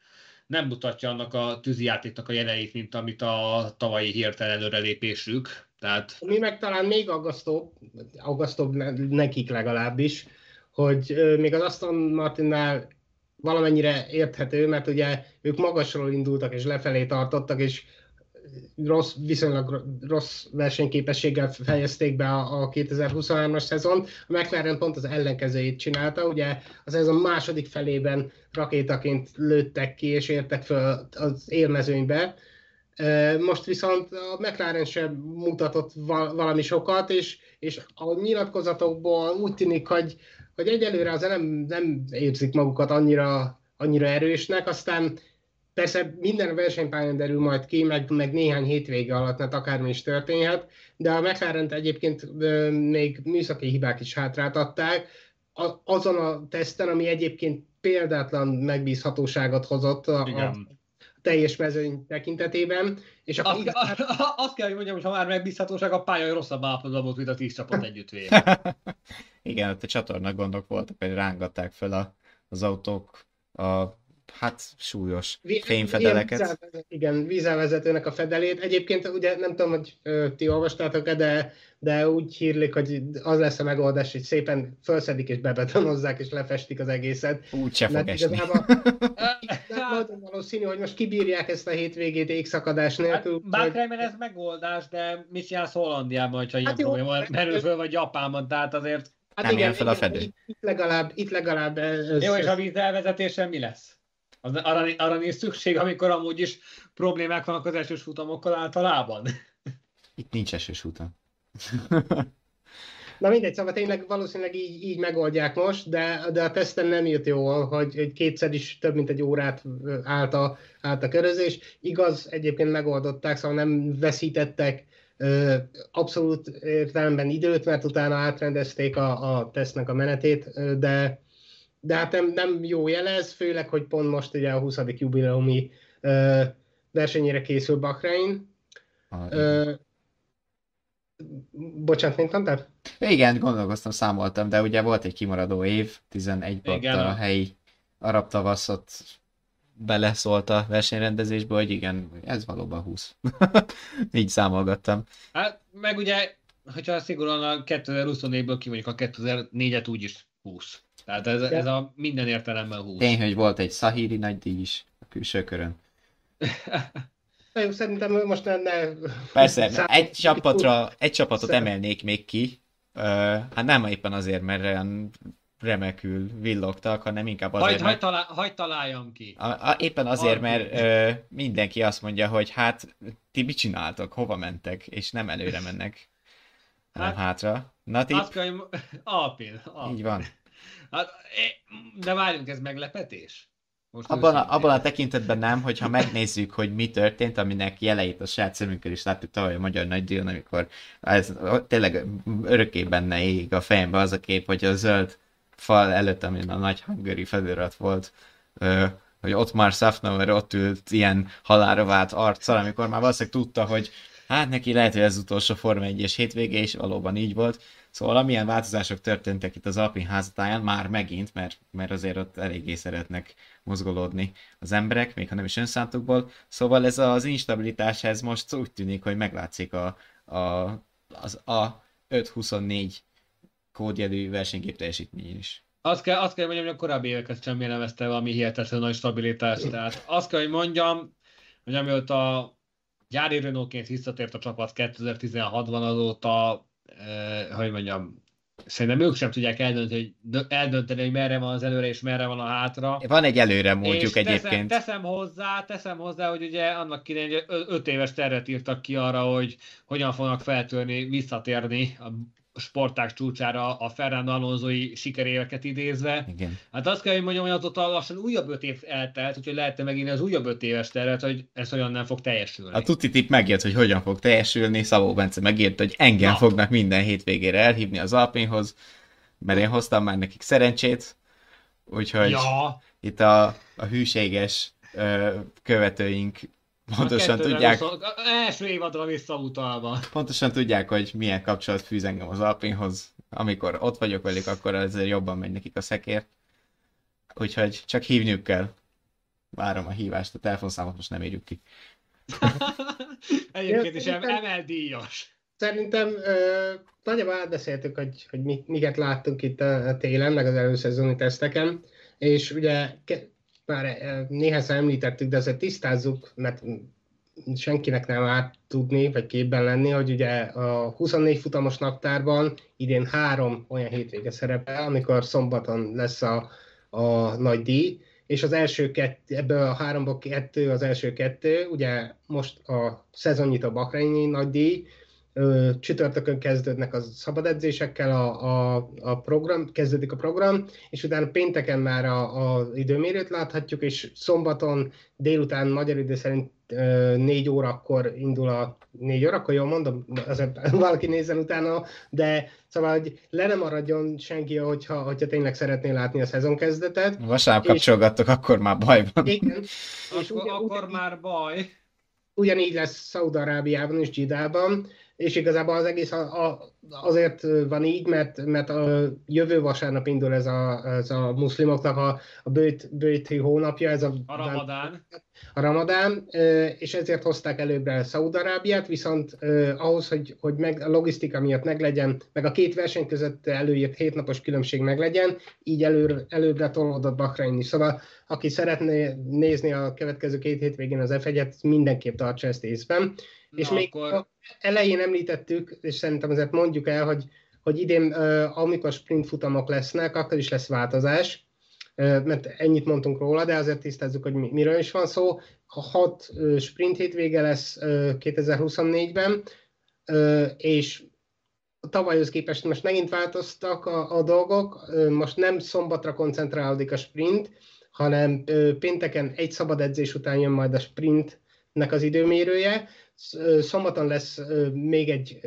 nem mutatja annak a tűzijátéknak a jelenét, mint amit a tavalyi hirtelen előrelépésük. Tehát... Mi meg talán még aggasztóbb, aggasztóbb nekik legalábbis, hogy még az Aston Martinnál valamennyire érthető, mert ugye ők magasról indultak és lefelé tartottak, és rossz, viszonylag rossz versenyképességgel fejezték be a, a kétezer-huszonhármas szezont. A McLaren pont az ellenkezőjét csinálta, ugye az szezon második felében rakétaként lőttek ki, és értek fel az élmezőnybe. Most viszont a McLaren sem mutatott valami sokat, és, és a nyilatkozatokból úgy tűnik, hogy, hogy egyelőre azért nem, nem érzik magukat annyira, annyira erősnek, aztán persze minden versenypályán derül majd ki, meg, meg néhány hétvége alatt, mert akármi is történhet, de a McLaren-t egyébként ö, még műszaki hibák is hátráltatták, a, azon a teszten, ami egyébként példátlan megbízhatóságot hozott a, a teljes mezőny tekintetében. És akkor azt, igaz... azt kell, hogy mondjam, hogy ha már megbízhatóság, a pálya rosszabb állapotban volt, mint a tíz csapat együtt véve. Igen, ott a csatorna gondok voltak, hogy rángatták fel a, az autók a hát súlyos fémfedeleket. Vízelvezető, igen, vízelvezetőnek a fedelét. Egyébként ugye nem tudom, hogy ö, ti olvastátok-e, de, de úgy hírlik, hogy az lesz a megoldás, hogy szépen felszedik és bebetonozzák és lefestik az egészet. Úgy se fog mert esni. Igazából nagyon valószínű, hogy most kibírják ezt a hétvégét égszakadás nélkül. Hát, Bárkreimen ez megoldás, de mit csinálsz Hollandiában, hogyha ilyen Hát jó, probléma merül föl, vagy Japánban, tehát azért... Hát nem igen, jön fel a fedő. Itt, itt legalább, itt legalább ez, Jó, és a vízelvezetésen mi lesz? Az, arra, arra nincs szükség, amikor amúgy is problémák vannak az esős futamokkal általában. Itt nincs esős úton. Na mindegy, szóval tényleg valószínűleg így, így megoldják most, de, de a teszten nem jött jól, hogy, hogy kétszer is több mint egy órát állt a, állt a körözés. Igaz, egyébként megoldották, szóval nem veszítettek ö, abszolút értelemben időt, mert utána átrendezték a, a tesztnek a menetét, de De hát nem, nem jó jelez, főleg, hogy pont most ugye a huszadik jubileumi ö, versenyére készül Bahrein. Ah, Ö, bocsánat, mint mondtad? igen, gondolkoztam, számoltam, de ugye volt egy kimaradó év, tizenegy ponttal a helyi arab tavaszot beleszólt a versenyrendezésbe, hogy igen, ez valóban húsz. Így számolgattam. Hát, meg ugye, hogyha szigorúan a kétezer-huszonnégy-ből kimondjuk a kétezer-négyet úgyis húsz. Tehát ez, ez a minden értelemben húsz. Tény, hogy volt egy Szahíri nagydíj is a külső körön. Na jó, szerintem most ne... ne Persze, egy csapatra, egy csapatot emelnék még ki, Ö, hát nem éppen azért, mert olyan remekül villogtak, hanem inkább azért, Hagyd mert... hagy talál, hagy találjam ki. A, a, éppen azért, Valaki. mert ö, mindenki azt mondja, hogy hát ti mit csináltok, hova mentek, és nem előre mennek, hanem Hát, hátra. Na ti, Azt kell, hogy Alpin. Alpin. így van. Hát, de várjunk, ez meglepetés? Most Abban a, őszintén. abban a tekintetben nem, hogyha megnézzük, hogy mi történt, aminek jeleit a saját szemünkkel is láttuk tavaly a Magyar Nagydíjon, amikor ez tényleg örökké benne ég a fejembe az a kép, hogy a zöld fal előtt, amin a nagy hungary felirat volt, ö, hogy ott már Safnauer ott ült ilyen halálra vált arccal, amikor már valószínűleg tudta, hogy hát neki lehet, hogy ez az utolsó Forma egyes hétvége, és valóban így volt. Szóval amilyen változások történtek itt az Alpin házatáján, már megint, mert, mert azért ott eléggé szeretnek mozgolódni az emberek, még ha nem is önszántukból. Szóval ez az instabilitás, ez most úgy tűnik, hogy meglátszik a, a, az A öt huszonnégy kódjelű versenygép teljesítmény is. Azt kell, azt kell mondjam, hogy a korábbi éveket sem jellemezte valami hihetetlen nagy stabilitást. Tehát azt kell, hogy mondjam, hogy amióta a gyári Renault-ként visszatért a csapat kétezer-tizenhatban, azóta, eh, hogy mondjam, szerintem ők sem tudják eldönteni, hogy, eldönteni, hogy merre van az előre és merre van a hátra. Van egy előre módjuk És teszem, egyébként. teszem hozzá, teszem hozzá, hogy ugye annak idején hogy öt éves tervet írtak ki arra, hogy hogyan fognak feltörni, visszatérni a sportág csúcsára a Fernando Alonsói sikeréveket idézve. Igen. Hát azt kell, hogy mondjam, hogy azóta lassan újabb öt év eltelt, úgyhogy lehetne megírni az újabb öt éves tervet, hogy ez olyan nem fog teljesülni. A tuti tip megjött, hogy hogyan fog teljesülni, Szabó Bence megírt, hogy engem Na. fognak minden hétvégére elhívni az Alpinhoz, mert én hoztam már nekik szerencsét, úgyhogy Ja, itt a, a hűséges ö, követőink pontosan tudják, A első évadra visszautalva. pontosan tudják, hogy milyen kapcsolat fűz engem az Alpinhoz. Amikor ott vagyok velük, akkor ezért jobban megy nekik a szekér. Úgyhogy csak hívniuk kell. Várom a hívást, a telefonszámot most nem írjuk ki. Egyébként is em- emel díjas. Szerintem ö, nagyjából átbeszéltük, hogy, hogy mi, miket láttunk itt a, a télen, meg az előszezoni teszteken, és ugye ke, már ö, néhányszor említettük, de azért tisztázzuk, mert senkinek nem árt tudni, vagy képben lenni, hogy ugye a huszonnégy futamos naptárban idén három olyan hétvége szerepel, amikor szombaton lesz a, a nagy díj, és az első kettő, ebből a háromból kettő, az első kettő, ugye most a szezonnyitó bahreini nagy díj, ö, csütörtökön kezdődnek a szabad edzésekkel a, a, a program, kezdődik a program, és utána pénteken már a, a időmérőt láthatjuk, és szombaton délután magyar idő szerint ö, négy órakor indul a négy órakor, jól mondom, azért valaki nézzen utána, de szóval, hogy le nem maradjon senki, hogyha, hogyha tényleg szeretné látni a szezonkezdetet. Vasárnap És- kapcsolgattok, akkor már baj van. Igen, és Akkor, ugyan, akkor ugyan, már baj. ugyanígy lesz Szaúd-Arábiában és Dzsidában, és igazából az egész a, a, azért van így, mert, mert a jövő vasárnap indul ez a, ez a muszlimoknak a, a bőt, bőti hónapja, ez a, A ramadán. a ramadán, és ezért hozták előbbre Szaúd-Arábiát, viszont ahhoz, hogy, hogy meg, a logisztika miatt meglegyen, meg a két verseny között előírt hétnapos különbség meglegyen, így elő, előbbre tolódott Bahrein is. Szóval aki szeretné nézni a következő két hétvégén az ef egyet, mindenképp tartsa ezt észben. Na, És még akkor... a elején említettük, és szerintem azért mondjuk el, hogy, hogy idén, amikor sprint futamok lesznek, akkor is lesz változás, mert ennyit mondtunk róla, de azért tisztázzuk, hogy miről is van szó. A hat sprint hétvége lesz kétezer-huszonnégyben, és tavalyhoz képest most megint változtak a, a dolgok, most nem szombatra koncentrálódik a sprint, hanem pénteken egy szabad edzés után jön majd a sprintnek az időmérője. Szombaton lesz még egy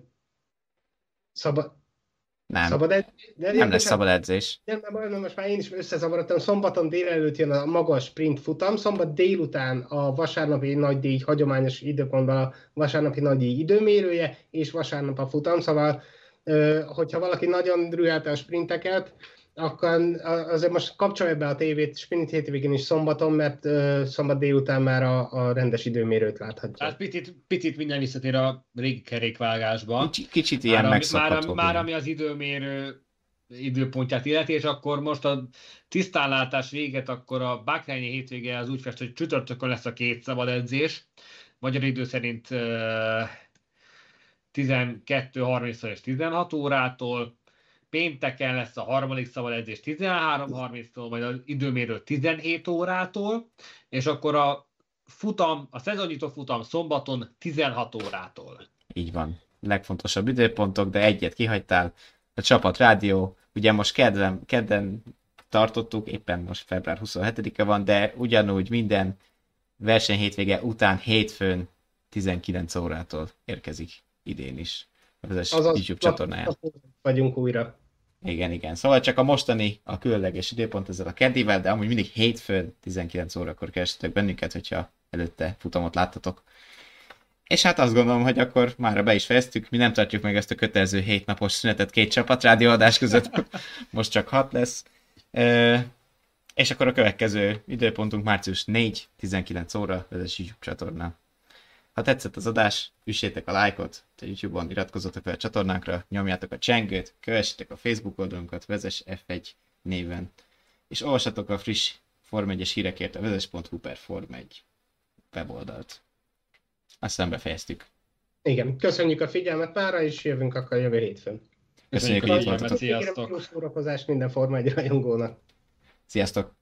szabad... Nem, Szabad edzés? De nem lesz szabad edzés. Nem, nem, nem, most már én is összezavarodtam. Szombaton délelőtt jön a magas sprint futam, szombat délután a vasárnapi nagydíj hagyományos időpontban a vasárnapi nagydíj időmérője, és vasárnap a futam, szóval hogyha valaki nagyon rühelte a sprinteket, akkor azért most kapcsolja be a tévét sprint hétvégén is szombaton, mert szombat délután már a, a rendes időmérőt láthatja. Tehát picit, picit minden visszatér a régi kerékvágásba. Kicsit, kicsit ilyen Már, megszokható. már, már ami az időmérő időpontját illeti, és akkor most a tisztánlátás véget, akkor a bahreini hétvége az úgy fest, hogy csütörtökön lesz a két szabad edzés. Magyar idő szerint uh, tizenkettő harminctól és tizenhat órától, pénteken lesz a harmadik szabad edzés tizenhárom harminctól, majd az időmérő tizenhét órától, és akkor a futam, a szezonnyitó futam szombaton tizenhat órától. Így van. Legfontosabb időpontok, de egyet kihagytál. A Csapat Rádió, ugye most kedden, kedden tartottuk, éppen most február huszonhetedike van, de ugyanúgy minden verseny hétvége után hétfőn tizenkilenc órától érkezik idén is a Vezess YouTube csatornáján. Vagyunk újra. Igen, igen. Szóval csak a mostani, a különleges időpont ezzel a keddivel, de amúgy mindig hétfőn tizenkilenc órakor keressetek bennünket, hogyha előtte futamot láttatok. És hát azt gondolom, hogy akkor már be is fejeztük, mi nem tartjuk meg ezt a kötelező hétnapos szünetet két Csapat Rádióadás között, most csak hat lesz. E- és akkor a következő időpontunk március negyedike, tizenkilenc óra, Vezess YouTube csatornán. Ha tetszett az adás, üssétek a lájkot, a YouTube-on iratkozzatok fel a csatornánkra, nyomjátok a csengőt, kövessétek a Facebook oldalunkat Vezess ef egy néven, és olvassatok a friss Form egyes hírekért a vezess pont hu per Form egy weboldalt. Aztán befejeztük. Igen, köszönjük a figyelmet mára, és jövünk akkor jövő hétfőn. Köszönjük, hogy itt figyelmet, voltatok. sziasztok! Jó szórakozást minden Forma egy rajongónak. Sziasztok!